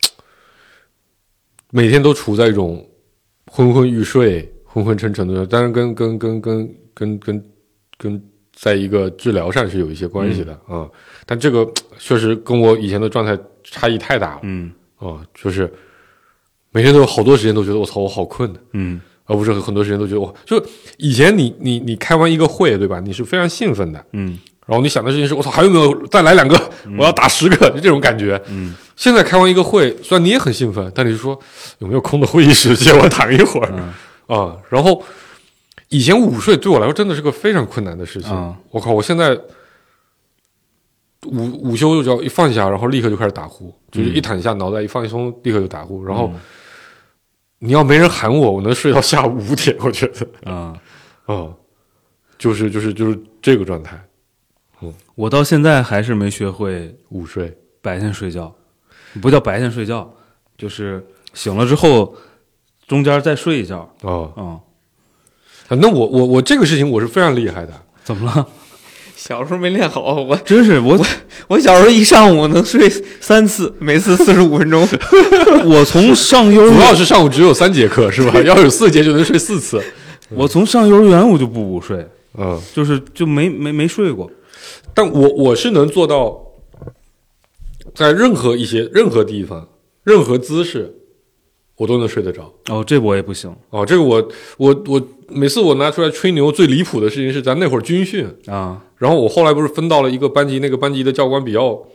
每天都处在一种昏昏欲睡、昏昏沉沉的，当然跟跟跟跟跟跟跟在一个治疗上是有一些关系的啊、 嗯嗯。但这个确实跟我以前的状态差异太大了。 嗯， 哦、嗯，就是每天都有好多时间都觉得我操，我好困的。 嗯。 而不是很多时间都觉得哇，就以前你你你开完一个会，对吧？你是非常兴奋的， 嗯， 然后你想的事情是我操，还有没有再来两个？ 嗯、 我要打十个，就这种感觉。 嗯， 现在开完一个会，虽然你也很兴奋，但你说有没有空的会议室借我躺一会儿啊、 嗯嗯？然后以前午睡对我来说真的是个非常困难的事情。 嗯、 我靠，我现在午午休就要一放下，然后立刻就开始打呼，就是一躺下，脑袋一放松，立刻就打呼，然后。 嗯你要没人喊我，我能睡到下午五点，我觉得啊， 嗯，就是就是就是这个状态。嗯， 我到现在还是没学会午睡， 白天睡觉，不叫白天睡觉，就是醒了之后中间再睡一觉。 哦， 嗯， 啊，那我我我这个事情我是非常厉害的。 怎么了？ 小时候没练好，我真是我我我小时候一上午能睡三次，每次四十五分钟。 我从上幼儿园， 主要是上午只有三节课是吧？要有四节就能睡四次。 我从上幼儿园我就不午睡， 嗯， 就是就没没没睡过。 但我我是能做到，在任何一些任何地方、任何姿势，我都能睡得着。 哦，这我也不行。 哦，这个我我我每次我拿出来吹牛，最离谱的事情是咱那会儿军训啊。 然后我后来不是分到了一个班级，那个班级的教官比较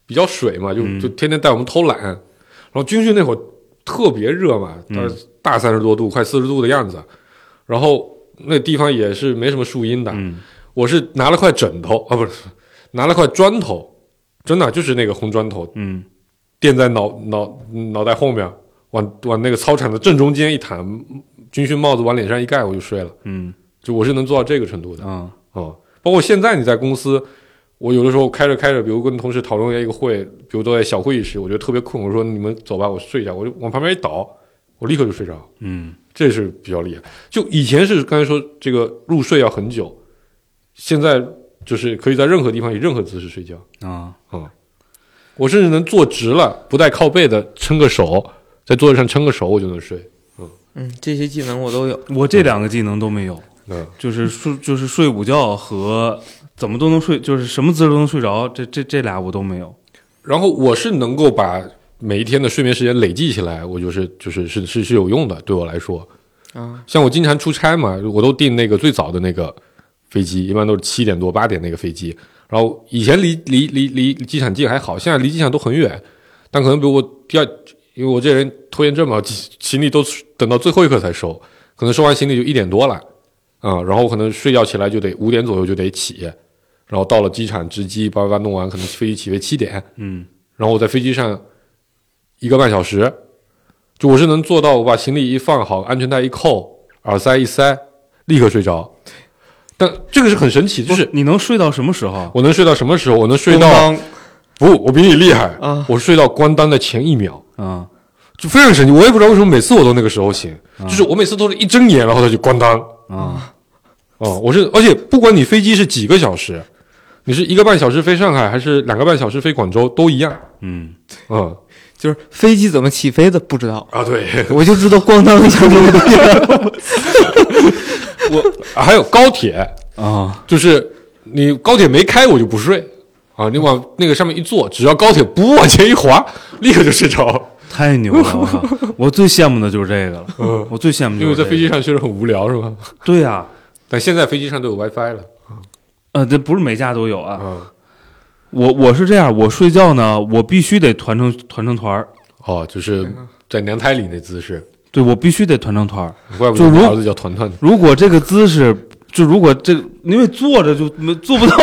比较水嘛，就嗯就天天带我们偷懒。然后军训那会儿特别热嘛， 嗯大三十多度，快四十度的样子。然后那地方也是没什么树荫的， 嗯我是拿了块枕头啊，不是拿了块砖头，真的就是那个红砖头， 嗯垫在脑脑脑袋后面，往往那个操场的正中间一躺，军训帽子往脸上一盖，我就睡了。 嗯就我是能做到这个程度的啊哦，包括现在你在公司，我有的时候开着开着，比如跟同事讨论一个会，比如都在小会议室，我觉得特别困，我说你们走吧，我睡一下，我就往旁边一倒，我立刻就睡着。 嗯这是比较厉害。就以前是刚才说这个入睡要很久，现在就是可以在任何地方以任何姿势睡觉啊啊、嗯。我甚至能坐直了，不带靠背的，撑个手，在桌子上撑个手，我就能睡。嗯嗯，这些技能我都有。 我这两个技能都没有， 嗯， 就是睡就是睡午觉和怎么都能睡，就是什么姿势都能睡着，这这这俩我都没有。 然后我是能够把每一天的睡眠时间累计起来，我就是就是是是是有用的，对我来说。 啊， 像我经常出差嘛，我都订那个最早的那个飞机，一般都是七点多八点那个飞机。然后以前离离离离机场近还好，现在离机场都很远。但可能比如我第二，因为我这人拖延症嘛，行李都等到最后一刻才收，可能收完行李就一点多了啊、嗯，然后可能睡觉起来就得五点左右就得起，然后到了机场值机，叭叭叭弄完，可能飞机起飞七点， 嗯， 然后我在飞机上一个半小时，就我是能做到，我把行李一放好，安全带一扣，耳塞一塞，立刻睡着。但这个是很神奇，就是你能睡到什么时候？ 我能睡到什么时候？我能睡到不，我比你厉害啊！ 我睡到关单的前一秒啊， 就非常神奇。我也不知道为什么每次我都那个时候醒，啊、就是我每次都是一睁眼，然后它就关单啊。 哦，我是，而且不管你飞机是几个小时，你是一个半小时飞上海，还是两个半小时飞广州，都一样。 嗯嗯， 就是飞机怎么起飞的不知道啊，对， 我就知道咣当一下就对。 我、啊、还有高铁啊， 就是你高铁没开我就不睡啊，你往那个上面一坐，只要高铁不往前一滑，立刻就睡着。 太牛了！我, 我最羡慕的就是这个了。嗯，我最羡慕就是、这个、 因为在飞机上确实很无聊，是吧？ 对呀、啊， 但现在飞机上都有 WiFi 了。 呃，这不是每家都有啊。 嗯， 我我是这样，我睡觉呢，我必须得团成团成团儿。 哦，就是在娘胎里那姿势。 对，我必须得团成团儿。 怪不得我儿子叫团团。 如果这个姿势，就如果这因为坐着就没做不到，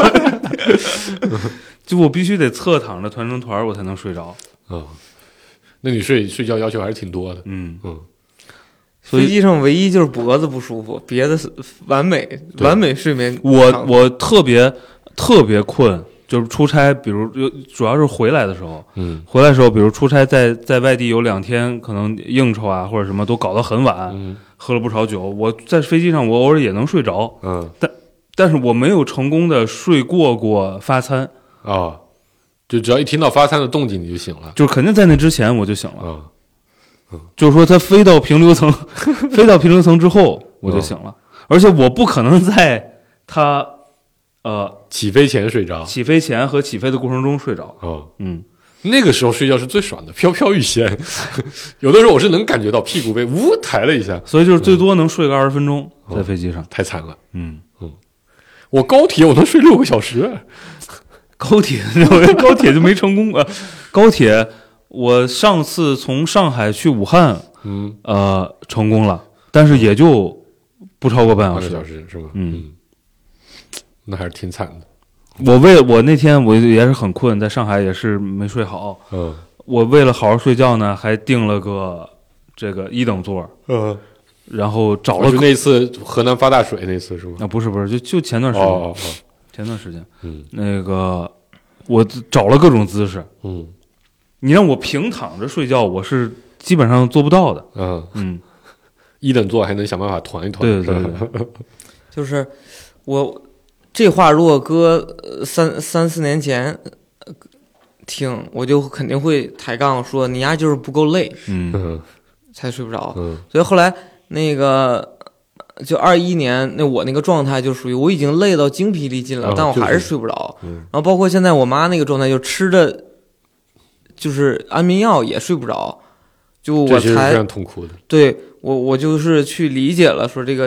就我必须得侧躺着团成团儿，我才能睡着。 啊、哦，那你睡睡觉要求还是挺多的。 嗯嗯。 飞机上唯一就是脖子不舒服，别的是完美完美睡眠。 我我特别特别困，就是出差，比如主要是回来的时候， 嗯， 回来的时候，比如出差在在外地有两天，可能应酬啊或者什么都搞到很晚， 嗯， 喝了不少酒，我在飞机上我偶尔也能睡着， 嗯， 但但是我没有成功的睡过过发餐啊、哦，就只要一听到发餐的动静你就醒了， 就是肯定在那之前我就醒了啊。哦就是说，它飞到平流层，飞到平流层之后，我就醒了。哦、而且我不可能在它呃起飞前睡着， 起飞前和起飞的过程中睡着。 哦， 嗯， 那个时候睡觉是最爽的，飘飘欲仙。有的时候我是能感觉到屁股被呜抬了一下， 所以就是最多能睡个二十分钟，嗯、在飞机上、哦、 太惨了。 嗯嗯，我高铁我能睡六个小时， 高铁高铁就没成功啊，高铁。我上次从上海去武汉， 嗯， 呃，成功了，但是也就不超过半小时， 半个小时是吗？ 嗯， 嗯，那还是挺惨的。 我为我那天我也是很困，在上海也是没睡好， 嗯， 我为了好好睡觉呢，还订了个这个一等座， 嗯， 然后找了就那次河南发大水那次是吗？ 啊，不是不是，就就前段时间， 哦哦哦， 前段时间， 嗯， 那个我找了各种姿势， 嗯。 你让我平躺着睡觉，我是基本上做不到的。 嗯嗯， 一等座还能想办法团一团。 对对对，对就是我这话如果搁三三四年前听，我就肯定会抬杠说你丫就是不够累， 嗯， 才睡不着。 嗯， 所以后来那个就二一年那我那个状态就属于我已经累到精疲力尽了， 哦、 但我还是睡不着。 嗯、 然后包括现在我妈那个状态，就吃着。就是安眠药也睡不着，就我才非常痛苦的。 对我我就是去理解了，说这个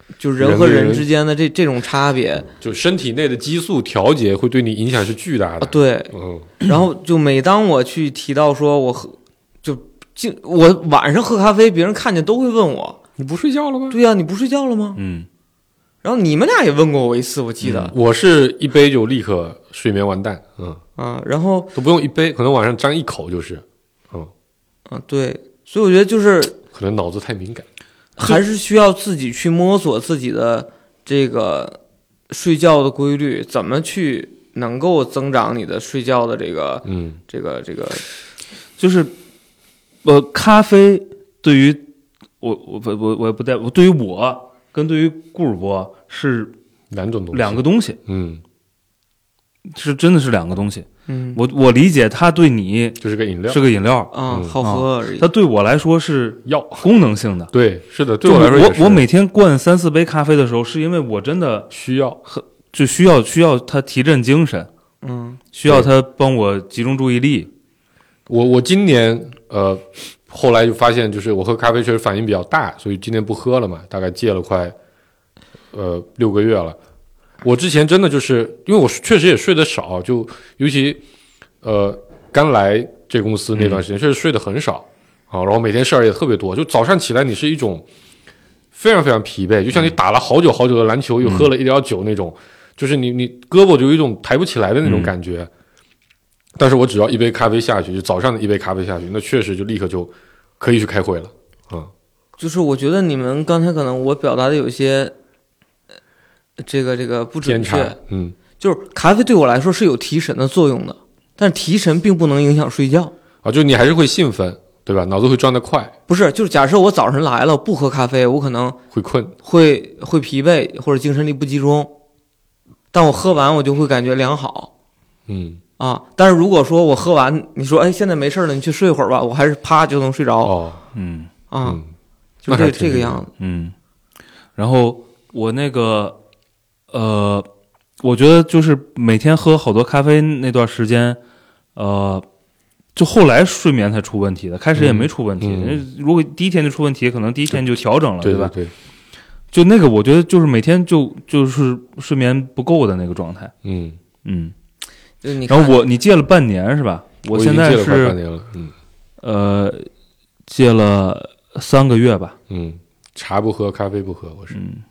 就人和人之间的这这种差别， 就身体内的激素调节会对你影响是巨大的。 啊、对， 嗯， 然后就每当我去提到说我喝，就就我晚上喝咖啡，别人看见都会问我， 你不睡觉了吗？ 对呀、啊，你不睡觉了吗？ 嗯。 然后你们俩也问过我一次，我记得。 嗯、我是一杯就立刻睡眠完蛋，嗯啊，然后都不用一杯，可能晚上沾一口就是，嗯啊，对，所以我觉得就是可能脑子太敏感。 还是需要自己去摸索自己的这个睡觉的规律，怎么去能够增长你的睡觉的这个， 嗯， 这个这个， 就是呃，咖啡对于我我我我也不带，对于我跟对于顾主播是两种东西， 两个东西， 嗯， 是真的是两个东西。 嗯， 我我理解它对你就是个饮料， 是个饮料啊， 嗯、 好喝而已。 它对我来说是药功能性的。 对，是的，对我来说也是。 我我每天灌三四杯咖啡的时候，是因为我真的需要， 就需要需要它提振精神， 嗯， 需要它帮我集中注意力。 我我今年呃，后来就发现，就是我喝咖啡确实反应比较大，所以今年不喝了嘛，大概戒了快呃六个月了。我之前真的就是因为我确实也睡得少，就尤其呃刚来这公司那段时间，确实睡得很少啊，然后每天事儿也特别多，就早上起来你是一种非常非常疲惫，就像你打了好久好久的篮球，又喝了一点酒那种，就是你你胳膊就有一种抬不起来的那种感觉。但是我只要一杯咖啡下去，就早上的一杯咖啡下去，那确实就立刻就可以去开会了啊。 就是我觉得你们刚才可能我表达的有些。这个这个不准确， 嗯， 就是咖啡对我来说是有提神的作用的，但是提神并不能影响睡觉啊，就你还是会兴奋，对吧？脑子会转得快。 不是，就是假设我早上来了不喝咖啡，我可能会困， 会会疲惫或者精神力不集中，但我喝完我就会感觉良好， 嗯啊，但是如果说我喝完，你说哎现在没事了，你去睡会儿吧，我还是啪就能睡着， 哦， 嗯啊， 嗯、 就这这个样子， 嗯，然后我那个。呃，我觉得就是每天喝好多咖啡那段时间，呃，就后来睡眠才出问题的，开始也没出问题。 嗯嗯、 如果第一天就出问题，可能第一天就调整了， 对吧？ 对对。 就那个，我觉得就是每天就就是睡眠不够的那个状态。 嗯嗯。 就你然后我你戒了半年是吧？ 我现在是戒了半年了，嗯。 呃，戒了三个月吧。 嗯，茶不喝，咖啡不喝，我是。 嗯。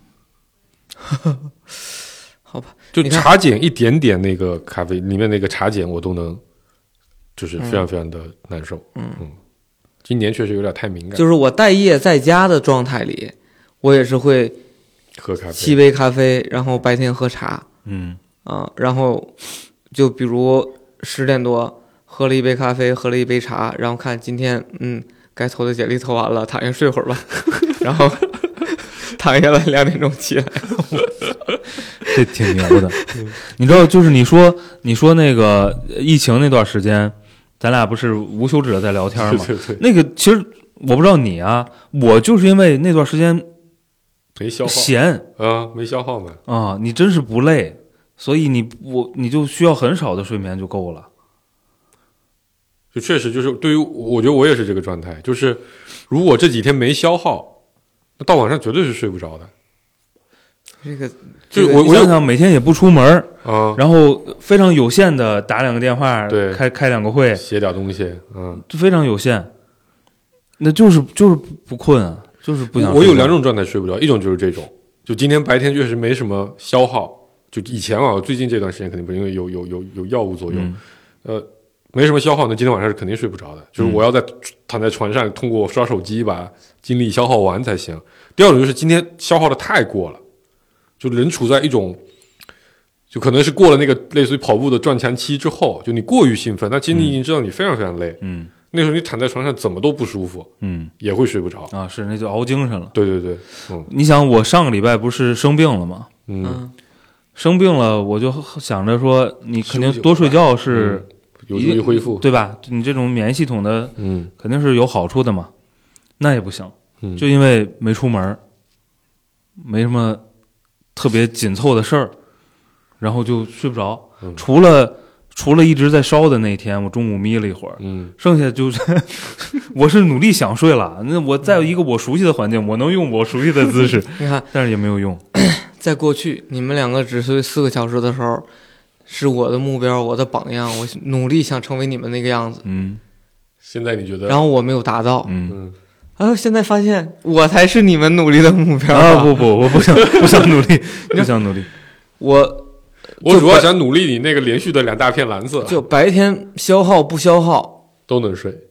好吧， 就茶碱一点点那个咖啡里面那个茶碱我都能，就是非常非常的难受。 嗯嗯，今年确实有点太敏感。 就是我待业在家的状态里，我也是会喝咖啡， 沏杯咖啡，然后白天喝茶。 嗯啊，然后就比如十点多喝了一杯咖啡，喝了一杯茶，然后看今天嗯该投的简历投完了，躺下睡会儿吧，然后。躺下来两点钟起来， 这挺牛的。你知道，就是你说你说那个疫情那段时间，咱俩不是无休止的在聊天吗？ 对对对。 那个其实我不知道你啊，我就是因为那段时间没消耗， 闲啊，没消耗嘛。 啊，你真是不累，所以你我你就需要很少的睡眠就够了。 就确实就是对于我觉得我也是这个状态，就是如果这几天没消耗。那到晚上绝对是睡不着的。 这个， 就我我想想，每天也不出门啊， 然后非常有限的打两个电话， 对， 开开两个会， 写点东西，嗯， 非常有限。那就是就是不困啊，就是不想睡。 我有两种状态睡不着，一种就是这种，就今天白天确实没什么消耗，就以前啊，最近这段时间肯定不因为有有有有药物作用， 嗯、 呃。没什么消耗，那今天晚上是肯定睡不着的。就是我要在躺在床上，通过刷手机把精力消耗完才行。第二种就是今天消耗的太过了，就人处在一种，就可能是过了那个类似于跑步的撞墙期之后，就你过于兴奋，那其实你已经知道你非常非常累。 嗯， 那时候你躺在床上怎么都不舒服， 嗯， 也会睡不着啊。是，那就熬精神了。 对对对，嗯。 你想，我上个礼拜不是生病了吗？ 嗯， 生病了，我就想着说，你肯定多睡觉是。 嗯有助于恢复， 对吧？你这种免疫系统的， 嗯， 肯定是有好处的嘛。那也不行， 嗯， 就因为没出门，没什么特别紧凑的事儿，然后就睡不着。 嗯、 除了除了一直在烧的那天，我中午眯了一会儿， 嗯， 剩下就是我是努力想睡了。那我在一个我熟悉的环境，我能用我熟悉的姿势， 你看， 但是也没有用。 在过去你们两个只睡四个小时的时候，是我的目标，我的榜样，我努力想成为你们那个样子。 嗯， 现在你觉得？ 然后我没有达到。 嗯。 嗯然后现在发现我才是你们努力的目标啊！不不，我不想不想努力，不想努力。 我我主要想努力你那个连续的两大片蓝色， 就白天消耗不消耗都能睡，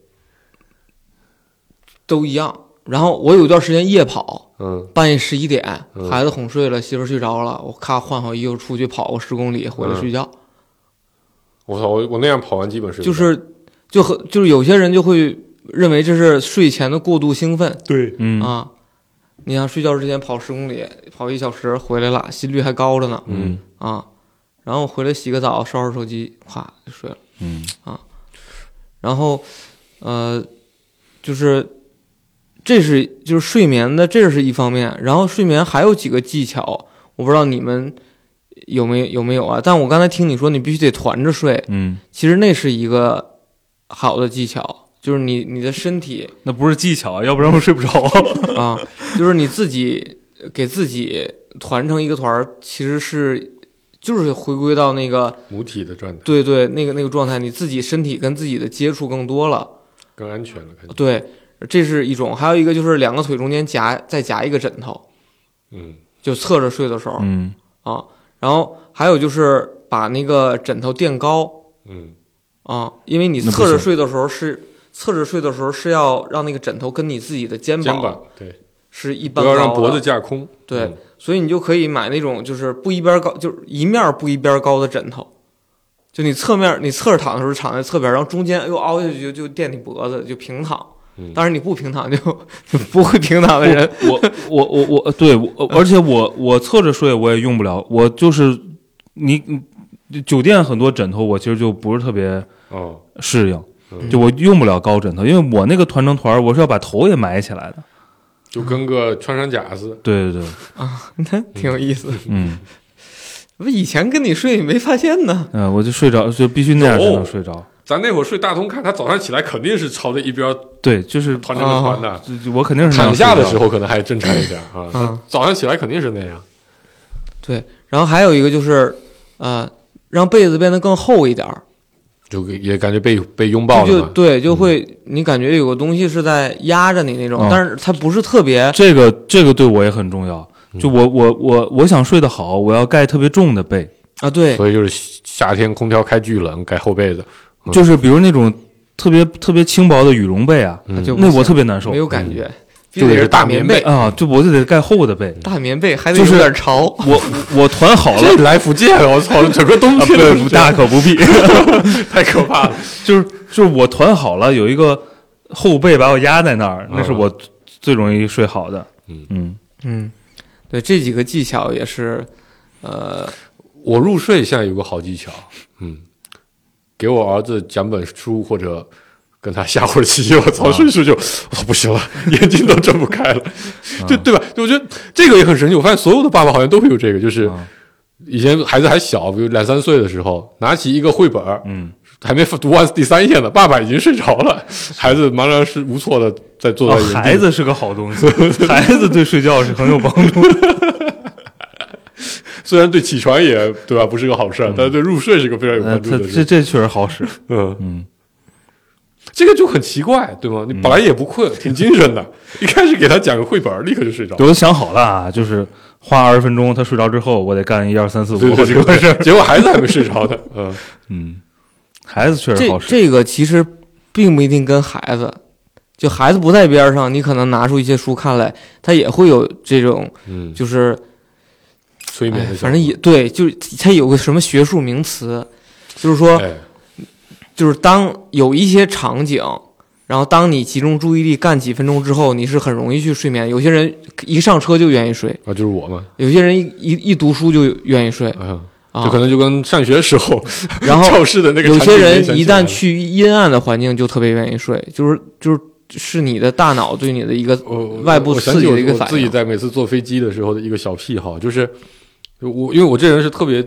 都一样。然后我有一段时间夜跑， 嗯， 半夜十一点， 嗯、 孩子哄睡了，媳妇睡着了，我咔换好衣服出去跑个十公里，回来睡觉。嗯、 我操，我我那样跑完基本睡就是就和就是有些人就会认为这是睡前的过度兴奋， 对， 嗯啊，你想睡觉之前跑十公里，跑一小时回来了，心率还高着呢， 嗯啊，然后回来洗个澡，刷刷手机，咵就睡了， 嗯啊，然后呃，就是这是就是睡眠的，这是一方面，然后睡眠还有几个技巧，我不知道你们有没有有没有啊？但我刚才听你说你必须得团着睡， 嗯， 其实那是一个好的技巧。就是你你的身体那不是技巧，要不然我睡不着啊。就是你自己给自己团成一个团，其实是就是回归到那个母体的状态。 对对，那个那个状态，你自己身体跟自己的接触更多了， 更安全了。 对，这是一种。还有一个就是两个腿中间夹再夹一个枕头， 嗯， 就侧着睡的时候， 嗯啊。然后还有就是把那个枕头垫高， 嗯啊，因为你侧着睡的时候是。侧着睡的时候是要让那个枕头跟你自己的肩膀， 肩膀对， 是一般高的， 不要让脖子架空。 对， 嗯、 所以你就可以买那种就是不一边高，就是一面不一边高的枕头，就你侧面你侧着躺的时候躺在侧边，然后中间又凹下去就就垫你脖子，就平躺。 嗯、 当然你不平躺就就不会平躺的人， 我我我我我对，我而且我我侧着睡我也用不了，我就是你酒店很多枕头我其实就不是特别哦适应。就我用不了高枕头，因为我那个团成团，我是要把头也埋起来的， 就跟个穿山甲似的。 对对对， 啊，那挺有意思。 嗯， 我以前跟你睡没发现呢。 嗯，我就睡着，就必须那样才能睡着。 咱那会儿睡大通看，他早上起来肯定是朝着一边， 对，就是团成个团的。 就我肯定是躺下的时候可能还正常一点啊， 嗯、 早上起来肯定是那样。 对，然后还有一个就是呃，让被子变得更厚一点。 就也感觉被被拥抱了就对，就会、嗯、你感觉有个东西是在压着你那种， 嗯、 但是它不是特别。 这个这个对我也很重要。就我我我我想睡得好，我要盖特别重的被啊，对。 所以就是夏天空调开巨冷，盖厚被子。 嗯、就是比如那种特别特别轻薄的羽绒被啊， 嗯、 那我特别难受， 没有感觉。 嗯就得是大棉被啊，就我就得盖厚的被， 大棉被还得有点潮。 我我团好了， 这来福建了，我操，整个冬天都、啊、大可不必， 太可怕了。 就是就是我团好了，有一个厚被把我压在那儿，那是我最容易睡好的。 嗯嗯嗯，对，这几个技巧也是，呃， 我入睡现在有个好技巧，嗯，给我儿子讲本书或者。跟他下会儿棋，我操，睡睡就，我不行了，眼睛都睁不开了，就对吧？我觉得这个也很神奇。我发现所有的爸爸好像都会有这个，就是以前孩子还小，比如两三岁的时候，拿起一个绘本， 嗯， 还没读完第三页呢，爸爸已经睡着了，孩子茫然是无措的在坐在原地。 哦，孩子是个好东西，孩子对睡觉是很有帮助的。 虽然对起床也对吧，不是个好事，嗯、但是对入睡是个非常有帮助的事。 呃、这这确实好使， 嗯嗯。 这个就很奇怪，对吗？你本来也不困，嗯、挺精神的，一开始给他讲个绘本，立刻就睡着。 我都想好了啊，就是花二十分钟，他睡着之后，我得干一二三四五这个事。结果孩子还没睡着呢。嗯嗯，孩子确实好使。 这这个其实并不一定跟孩子，就孩子不在边上，你可能拿出一些书看来，他也会有这种， 嗯， 就是催眠的、哎， 反正也对，就是他有个什么学术名词，就是说。 哎就是当有一些场景，然后当你集中注意力干几分钟之后，你是很容易去睡眠。有些人一上车就愿意睡啊，就是我嘛。 有些人一一一读书就愿意睡， 嗯，啊、就可能就跟上学时候， 然后教室的那个。 有些人一旦去阴暗的环境就特别愿意睡，就是就是是你的大脑对你的一个外部刺激的一个反应。 我自己在每次坐飞机的时候的一个小癖好，就是我因为我这人是特别。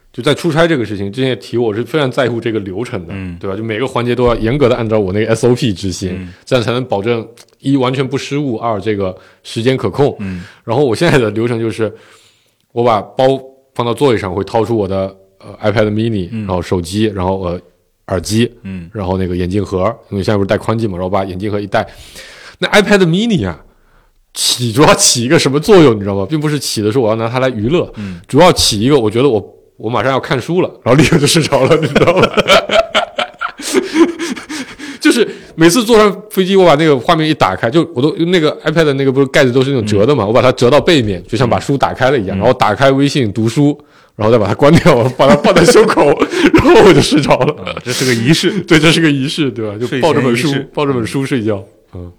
就在出差这个事情之前也提，我是非常在乎这个流程的， 嗯， 对吧？就每个环节都要严格的按照我那个 S O P 执行， 嗯、 这样才能保证一完全不失误，二这个时间可控。 嗯， 然后我现在的流程就是，我把包放到座位上，会掏出我的呃 iPad mini，、嗯、然后手机，然后呃耳机，嗯，然后那个眼镜盒，因为现在不是戴宽镜嘛，然后把眼镜盒一戴，那 iPad mini 啊。起主要起一个什么作用，你知道吗？并不是起的是我要拿它来娱乐，嗯，主要起一个，我觉得我我马上要看书了，然后立刻就睡着了，你知道吗？就是每次坐上飞机，我把那个画面一打开，就我都那个 iPad 的那个不是盖子都是那种折的嘛，嗯、我把它折到背面，就像把书打开了一样，嗯、然后打开微信读书，然后再把它关掉，把它放在胸口，然后我就睡着了。 嗯、这是个仪式， 对，这是个仪式，对吧？就抱着本书，抱着本书睡觉，嗯。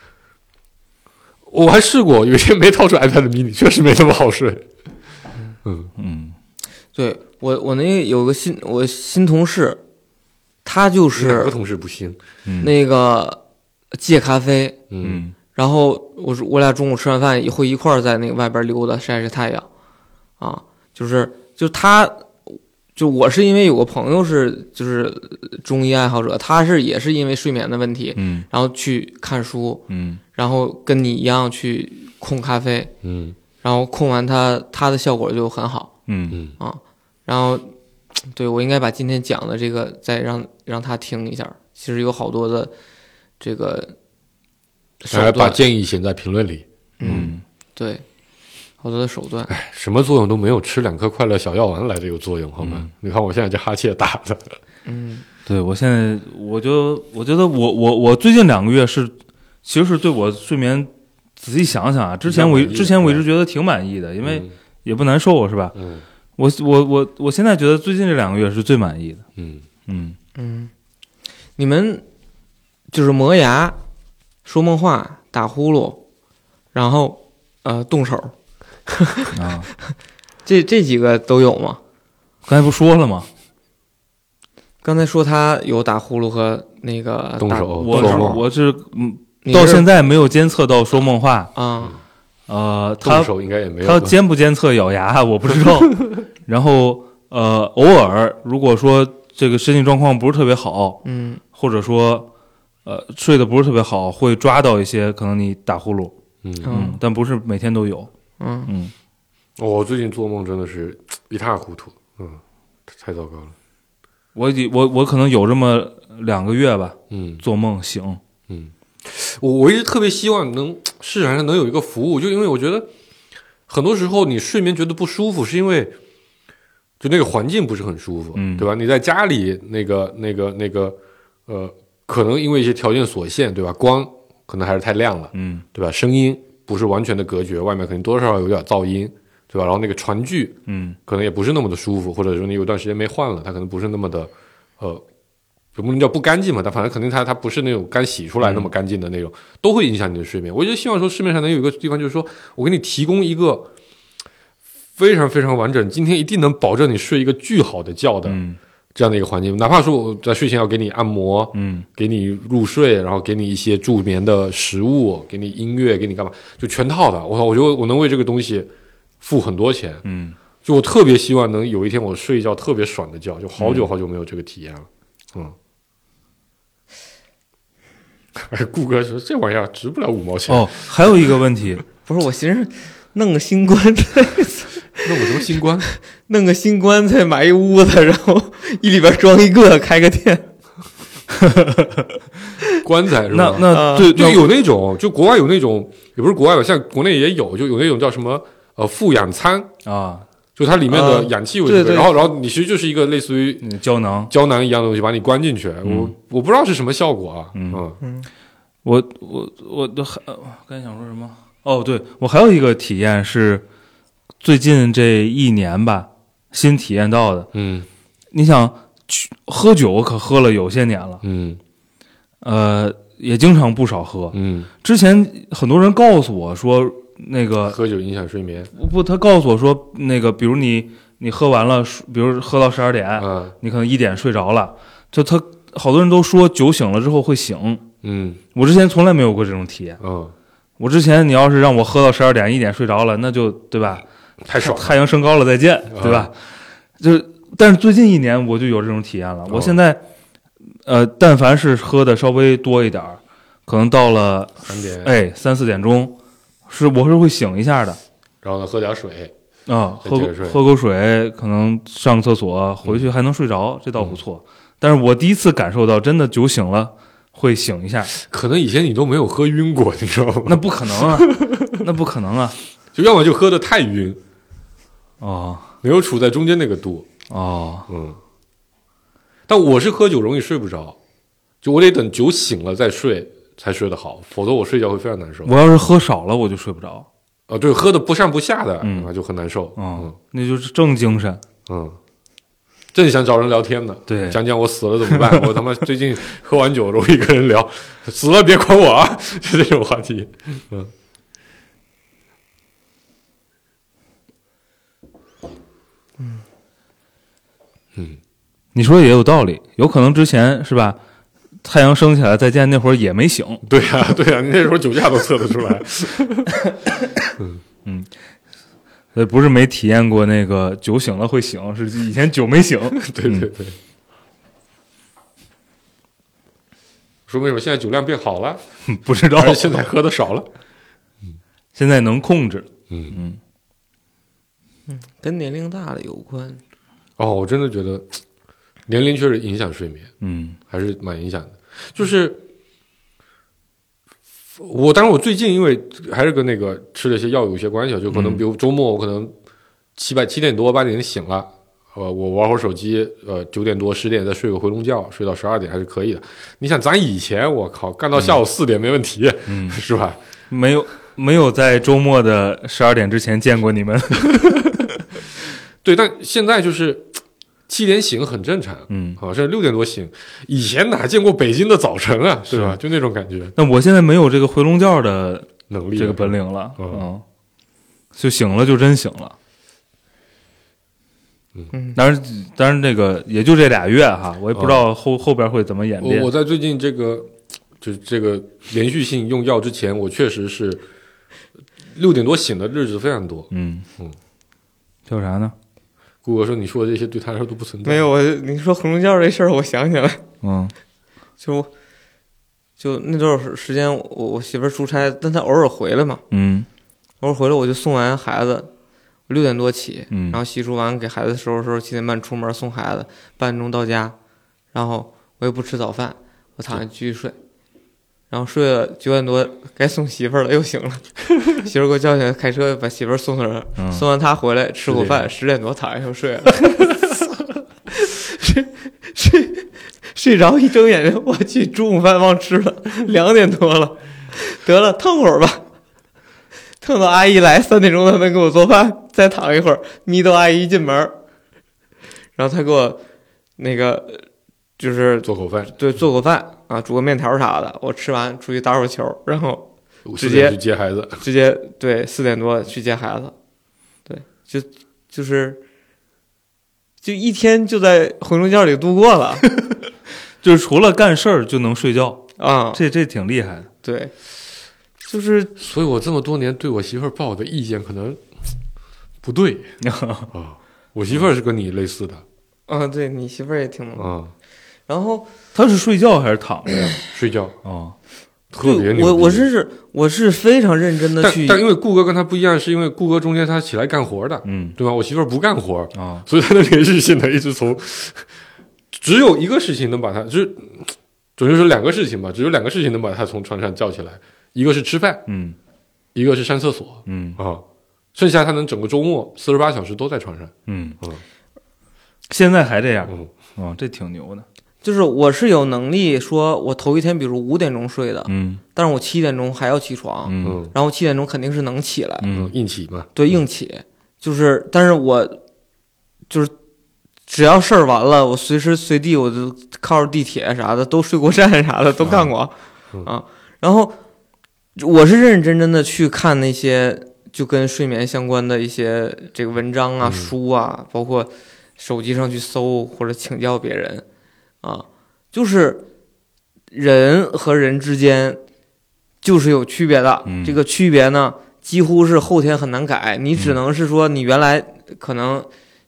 我还试过，有一天没掏出 iPad mini， 确实没那么好睡。嗯嗯，对我我那有个新我新同事，他就是哪个同事不行？ 那个戒咖啡， 嗯， 然后我说我俩中午吃完饭会一块儿在那个外边溜达晒晒太阳，啊，就是就是他。就我是因为有个朋友是就是中医爱好者，他是也是因为睡眠的问题， 嗯， 然后去看书， 嗯， 然后跟你一样去控咖啡， 嗯， 然后控完它它的效果就很好， 嗯嗯啊，然后对我应该把今天讲的这个再让让他听一下，其实有好多的这个手段， 把建议写在评论里， 嗯，对。好多的手段， 哎，什么作用都没有吃两颗快乐小药丸来的有作用，好吗？嗯、你看我现在这哈欠打的， 嗯， 对我现在，我就我觉得我我我最近两个月是，其实是对我睡眠仔细想想啊，之前我之前我一直觉得挺满意的，因为也不难受，是吧？ 嗯， 我我我我现在觉得最近这两个月是最满意的， 嗯嗯嗯，你们就是磨牙、说梦话、打呼噜，然后呃动手。 啊， 这这几个都有吗？ 刚才不说了吗？ 刚才说他有打呼噜和那个动手， 我是我是嗯，到现在没有监测到说梦话啊。 呃，他动手应该也没有。 他监不监测咬牙我不知道。然后呃，偶尔如果说这个身体状况不是特别好， 嗯， 或者说呃睡得不是特别好，会抓到一些可能你打呼噜， 嗯嗯，但不是每天都有。 嗯嗯， 我、哦、最近做梦真的是一塌糊涂，嗯，太糟糕了。 我我我可能有这么两个月吧， 嗯， 做梦醒， 嗯，我我一直特别希望能市场上能有一个服务，就因为我觉得很多时候你睡眠觉得不舒服，是因为就那个环境不是很舒服， 嗯， 对吧？你在家里那个那个那个呃，可能因为一些条件所限，对吧？光可能还是太亮了， 嗯， 对吧？声音不是完全的隔绝，外面肯定多多少少有点噪音，对吧？然后那个传具， 嗯， 可能也不是那么的舒服，或者说你有段时间没换了，它可能不是那么的，呃，不能叫不干净嘛，但反正肯定它它不是那种干洗出来那么干净的那种，嗯、都会影响你的睡眠。我就希望说市面上能有一个地方，就是说我给你提供一个非常非常完整，今天一定能保证你睡一个巨好的觉的。 嗯这样的一个环境，哪怕说我在睡前要给你按摩， 嗯， 给你入睡，然后给你一些助眠的食物，给你音乐，给你干嘛，就全套的。我我觉得我能为这个东西付很多钱， 嗯， 就我特别希望能有一天我睡一觉特别爽的觉，就好久好久没有这个体验了，嗯。哎，顾哥说这玩意儿值不了五毛钱。 哦，还有一个问题， 不是我寻思弄个新棺材， 弄个什么新棺？ 弄个新棺材，买一屋子，然后一里边装一个，开个店。 棺材是吧？ 那那对， 就有那种，就国外有那种，也不是国外吧，像国内也有，就有那种叫什么呃负氧餐啊， 就它里面的氧气为主、 呃、对对， 然后然后你其实就是一个类似于胶囊胶囊一样的东西，把你关进去。 嗯、 我我不知道是什么效果啊。 嗯嗯， 嗯我我我都还刚才想说什么？哦，对，我还有一个体验是最近这一年吧，新体验到的。 嗯， 你想喝酒，我可喝了有些年了。 嗯， 呃，也经常不少喝。 嗯， 之前很多人告诉我说，那个喝酒影响睡眠。 不，他告诉我说，那个比如你你喝完了，比如喝到十二点， 嗯， 你可能一点睡着了，就他好多人都说酒醒了之后会醒。 嗯， 我之前从来没有过这种体验。 嗯， 我之前你要是让我喝到十二点一点睡着了，那就对吧？ 太爽了， 太阳升高了再见，对吧？嗯、就但是最近一年我就有这种体验了。我现在，呃，但凡是喝的稍微多一点儿，可能到了三点， 哎三四点钟，是我是会醒一下的。 然后呢，喝点水啊，喝喝口水，可能上个厕所，回去还能睡着，嗯、这倒不错。但是我第一次感受到真的酒醒了会醒一下。 可能以前你都没有喝晕过，你知道吗？ 那不可能啊，那不可能啊， 就要么就喝得太晕， 哦， 没有处在中间那个度。 哦， 嗯，但我是喝酒容易睡不着，就我得等酒醒了再睡才睡得好，否则我睡觉会非常难受。 我要是喝少了我就睡不着。 哦，对，喝的不上不下的， 嗯， 那就很难受。 嗯，嗯那就是正精神。 嗯，正想找人聊天呢。 对， 讲讲我死了怎么办？我他妈最近喝完酒容易跟人聊，死了别管我啊，就这种话题。嗯。 嗯。嗯，你说也有道理，有可能之前是吧？太阳升起来再见那会儿也没醒。 对呀、啊，对呀、啊，你那时候酒驾都测得出来。 嗯嗯，所以不是没体验过那个酒醒了会醒，是以前酒没醒。 对对对。嗯、说为什么现在酒量变好了？ 不知道， 还是现在喝的少了？ 嗯，现在能控制。 嗯嗯嗯，跟年龄大了有关。 哦，我真的觉得年龄确实影响睡眠， 嗯， 还是蛮影响的。就是我，当然我最近因为还是跟那个吃了一些药有些关系，就可能比如周末我可能七百七点多八点醒了，呃，我玩会儿手机，呃，九点多十点再睡个回笼觉，睡到十二点还是可以的。你想咱以前我靠干到下午四点没问题，嗯，是吧？ 没有没有在周末的十二点之前见过你们。 对，但现在就是七点醒很正常， 嗯， 好像六点多醒，以前哪见过北京的早晨啊，对吧？就那种感觉。 那我现在没有这个回笼觉的能力， 这个本领了， 嗯， 嗯就醒了就真醒了。 嗯， 当然，当然这个也就这俩月哈，我也不知道后、嗯、后边会怎么演变。 我我在最近这个就是这个连续性用药之前，我确实是六点多醒的日子非常多。 嗯嗯， 叫啥呢？ 顾哥说：“你说的这些对他来说都不存在。” 没有，我你说回笼觉这事儿，我想起来， 嗯， 就就那段时间，我我媳妇儿出差，但她偶尔回来嘛， 嗯， 偶尔回来我就送完孩子，六点多起， 嗯， 然后洗漱完给孩子收拾收拾，七点半出门送孩子，八点钟到家，然后我也不吃早饭，我躺下继续睡，然后睡了九点多该送媳妇儿了，又醒了，媳妇儿给我叫起来，开车把媳妇儿送那儿， 嗯、 送完她回来吃口饭，十点多躺下又睡了，睡睡睡着一睁眼睛，我去中午饭忘吃了，两点多了，得了腾会儿吧，腾到阿姨来三点钟她能给我做饭，再躺一会儿，眯到阿姨进门，然后她给我那个就是做口饭， 对，做口饭啊，煮个面条啥的，我吃完出去打会儿球，然后直接去接孩子， 直接对四点多去接孩子，对，就就是就一天就在回笼觉里度过了， 就是除了干事儿就能睡觉啊， 这这挺厉害的， 对，就是所以我这么多年对我媳妇儿抱的意见可能不对啊，我媳妇儿是跟你类似的， 啊，对你媳妇儿也挺猛啊。 然后他是睡觉还是躺着？ 睡觉哦， 特别牛。 我我是我是非常认真的去， 但但因为顾哥跟他不一样，是因为顾哥中间他起来干活的， 嗯， 对吧？我媳妇儿不干活啊、 哦， 所以他的连续性的一直从只有一个事情能把他，就是准确说两个事情吧，只有两个事情能把他从床上叫起来，一个是吃饭， 嗯， 一个是上厕所， 嗯啊，剩下他能整个周末四十八小时都在床上， 嗯嗯， 现在还这样， 嗯， 哦，这挺牛的。 就是我是有能力说，我头一天比如五点钟睡的， 嗯， 但是我七点钟还要起床， 嗯， 然后七点钟肯定是能起来， 嗯， 硬起嘛， 对，硬起，就是，但是我就是只要事儿完了，我随时随地我就靠着地铁啥的都睡过站啥的都干过、 啊嗯、啊，然后我是认认真真的去看那些就跟睡眠相关的一些这个文章啊、 嗯、 书啊，包括手机上去搜或者请教别人。啊，就是人和人之间就是有区别的、 嗯、 这个区别呢几乎是后天很难改，你只能是说你原来可能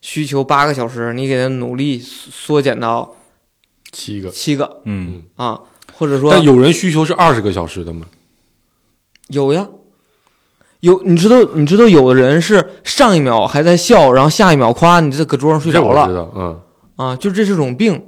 需求八个小时，你给它努力缩减到七个， 七个， 嗯啊，或者说， 但有人需求是二十个小时的吗？ 有呀，有，你知道，你知道，有的人是上一秒还在笑，然后下一秒夸你这搁桌上睡着了， 知道，嗯， 啊，就这是种病。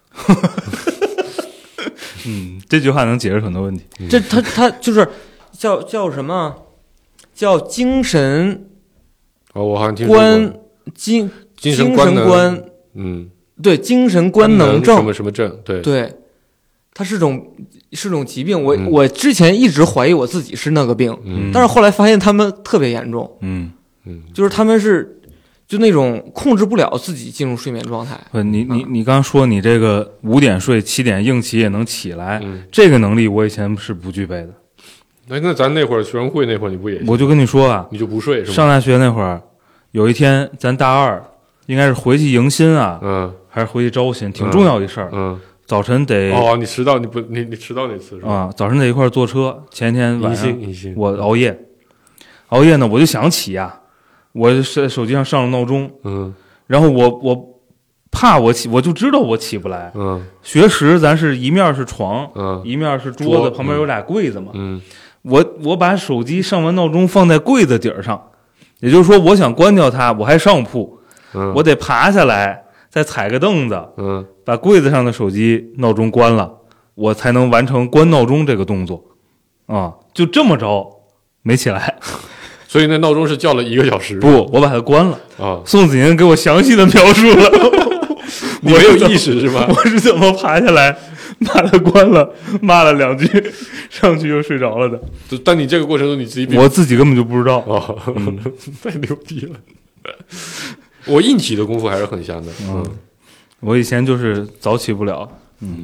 嗯，这句话能解释很多问题。 这他他就是叫叫什么？叫精神哦，我好像听说过官精精神官能官， 嗯， 对，精神官能症什么什么症？对对，它是种是种疾病。我、 嗯、 我之前一直怀疑我自己是那个病， 嗯， 但是后来发现他们特别严重， 嗯嗯， 就是他们是就那种控制不了自己进入睡眠状态。 不，你你你刚说你这个五点睡七点硬起也能起来， 嗯、 这个能力我以前是不具备的。 那那咱那会儿学生会那会儿你不也？ 我就跟你说啊， 你就不睡是吗？ 上大学那会儿，有一天咱大二应该是回去迎新啊， 嗯， 还是回去招新，挺重要一事儿。 嗯， 早晨得哦，你迟到你不你你迟到那次是吧？ 啊，早晨得一块儿坐车。前一天晚上迎新我熬夜，熬夜呢我就想起呀、啊，我是手机上上了闹钟， 嗯， 然后我我怕我起，我就知道我起不来。 嗯， 学识咱是一面是床， 嗯， 一面是桌子， 桌旁边有俩柜子嘛。 嗯。 我我把手机上完闹钟放在柜子底儿上，也就是说，我想关掉它，我还上铺， 嗯， 我得爬下来，再踩个凳子， 嗯， 把柜子上的手机闹钟关了，我才能完成关闹钟这个动作，啊，就这么着没起来， 所以那闹钟是叫了一个小时， 不，我把它关了啊。 宋子宁给我详细的描述了， 你没有意识是吧？ 我是怎么爬下来？把它关了，骂了两句，上去又睡着了的。 但你这个过程中你自己， 我自己根本就不知道。 哦，嗯、太牛逼了！我硬起的功夫还是很香的。嗯， 我以前就是早起不了。嗯，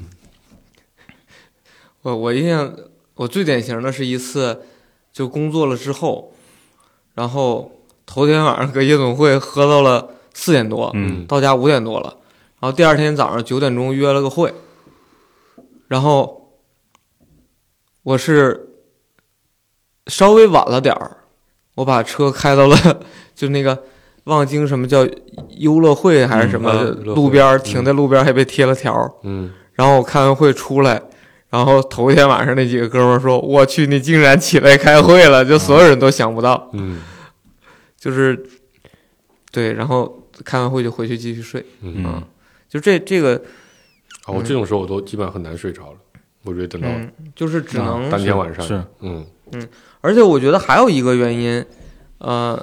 我我印象我最典型的是一次，就工作了之后，然后头天晚上搁夜总会喝到了四点多， 嗯， 到家五点多了，然后第二天早上九点钟约了个会。然后我是稍微晚了点儿，我把车开到了就那个望京什么叫优乐汇还是什么、嗯、路边，停在路边还被贴了条。 嗯， 然后我开完会出来，然后头一天晚上那几个哥们儿说：“我去，你竟然起来开会了！”就所有人都想不到。 嗯， 就是对，然后开完会就回去继续睡。 嗯， 嗯就这这个。 啊，我这种时候我都基本上很难睡着了，我觉得等到、 嗯、就是只能、 啊、当天晚上是嗯嗯，而且我觉得还有一个原因，呃，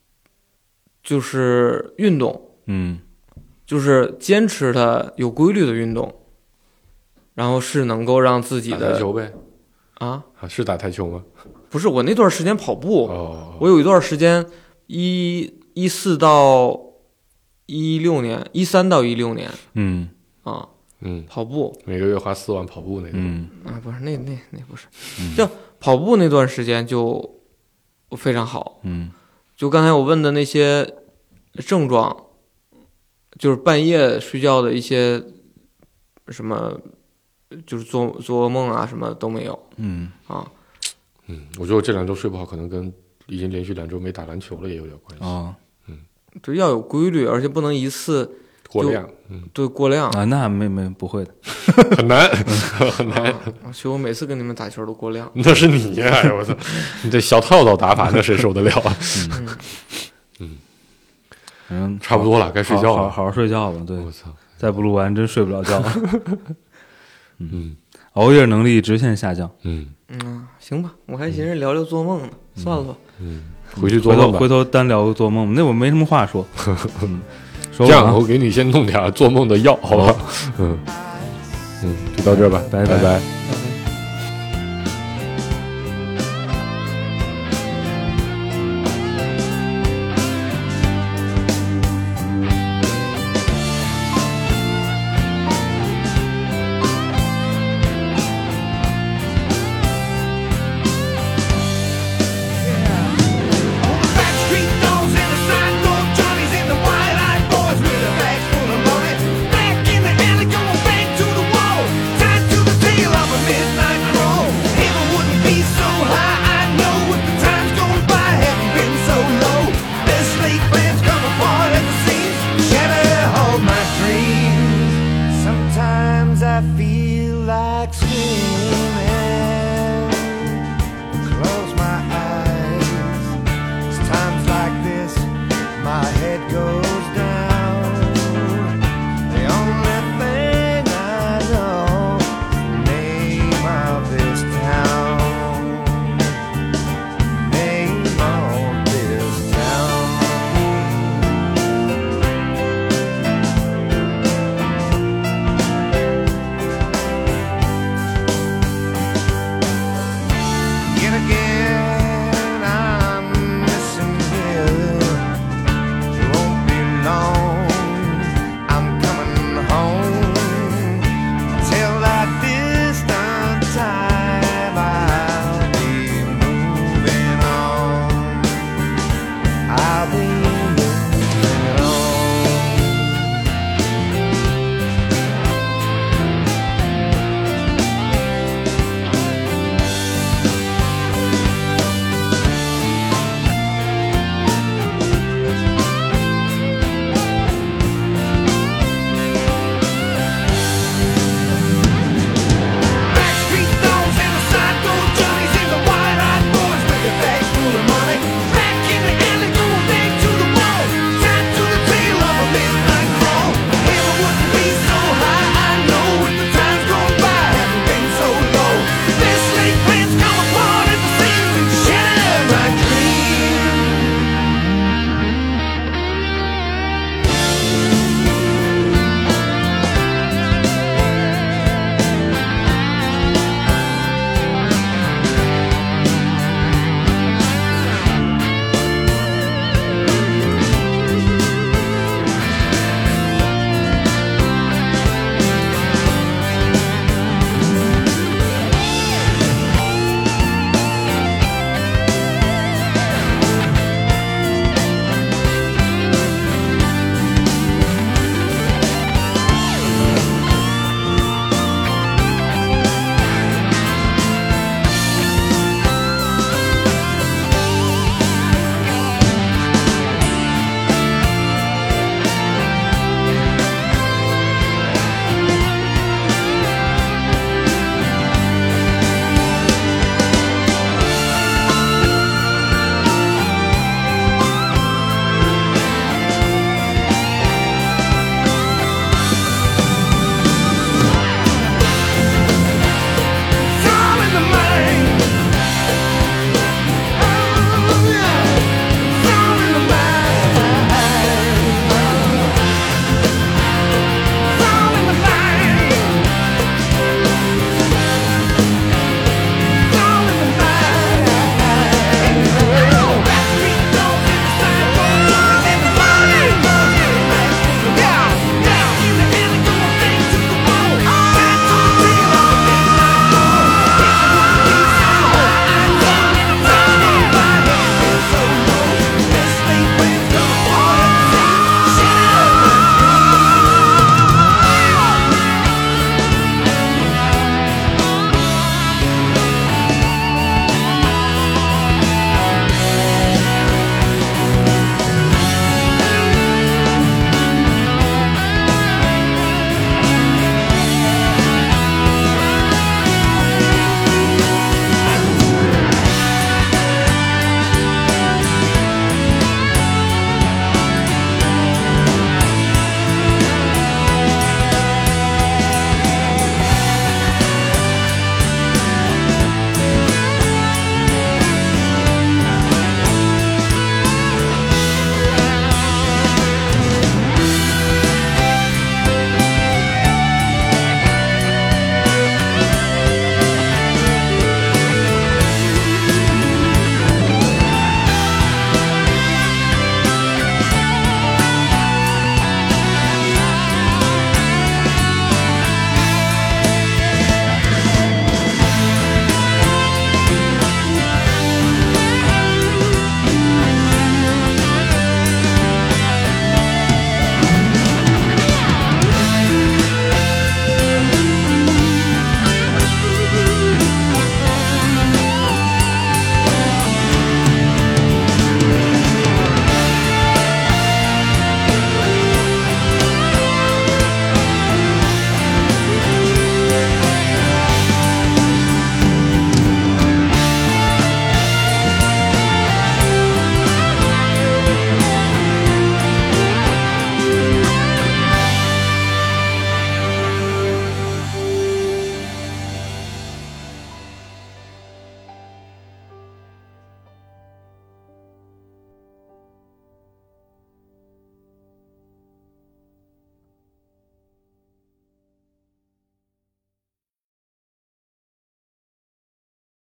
就是运动， 嗯， 就是坚持的有规律的运动，然后是能够让自己的打台球呗啊啊是打台球吗？ 不是，我那段时间跑步， 哦， 我有一段时间一一四到一六年，一三到一六年， 嗯啊。 嗯， 跑步每个月花四万跑步那种， 嗯啊，不是那那那不是， 嗯、 就跑步那段时间就非常好， 嗯， 就刚才我问的那些症状，就是半夜睡觉的一些什么，就是做做噩梦啊，什么都没有， 嗯啊， 嗯，我觉得我这两周睡不好，可能跟已经连续两周没打篮球了也有点关系啊、哦， 嗯，就要有规律，而且不能一次。 过量，嗯， 对，过量啊，那没没不会的， 很难很难。 其实我每次跟你们打球都过量， 那是你呀、啊！我操，你这小套套打法，那谁受得了啊？ 嗯嗯，反正差不多了，该睡觉了， 好好好睡觉吧。对， 我操， 再不录完真睡不了觉。嗯，熬夜能力直线下降。 嗯嗯，行吧，我还寻思聊聊做梦呢， 嗯、 算了吧。 嗯，回去做梦吧。 回头单聊做梦，那我没什么话说。嗯这样，我给你先弄点做梦的药，好吧？嗯嗯，就到这吧， 拜拜拜。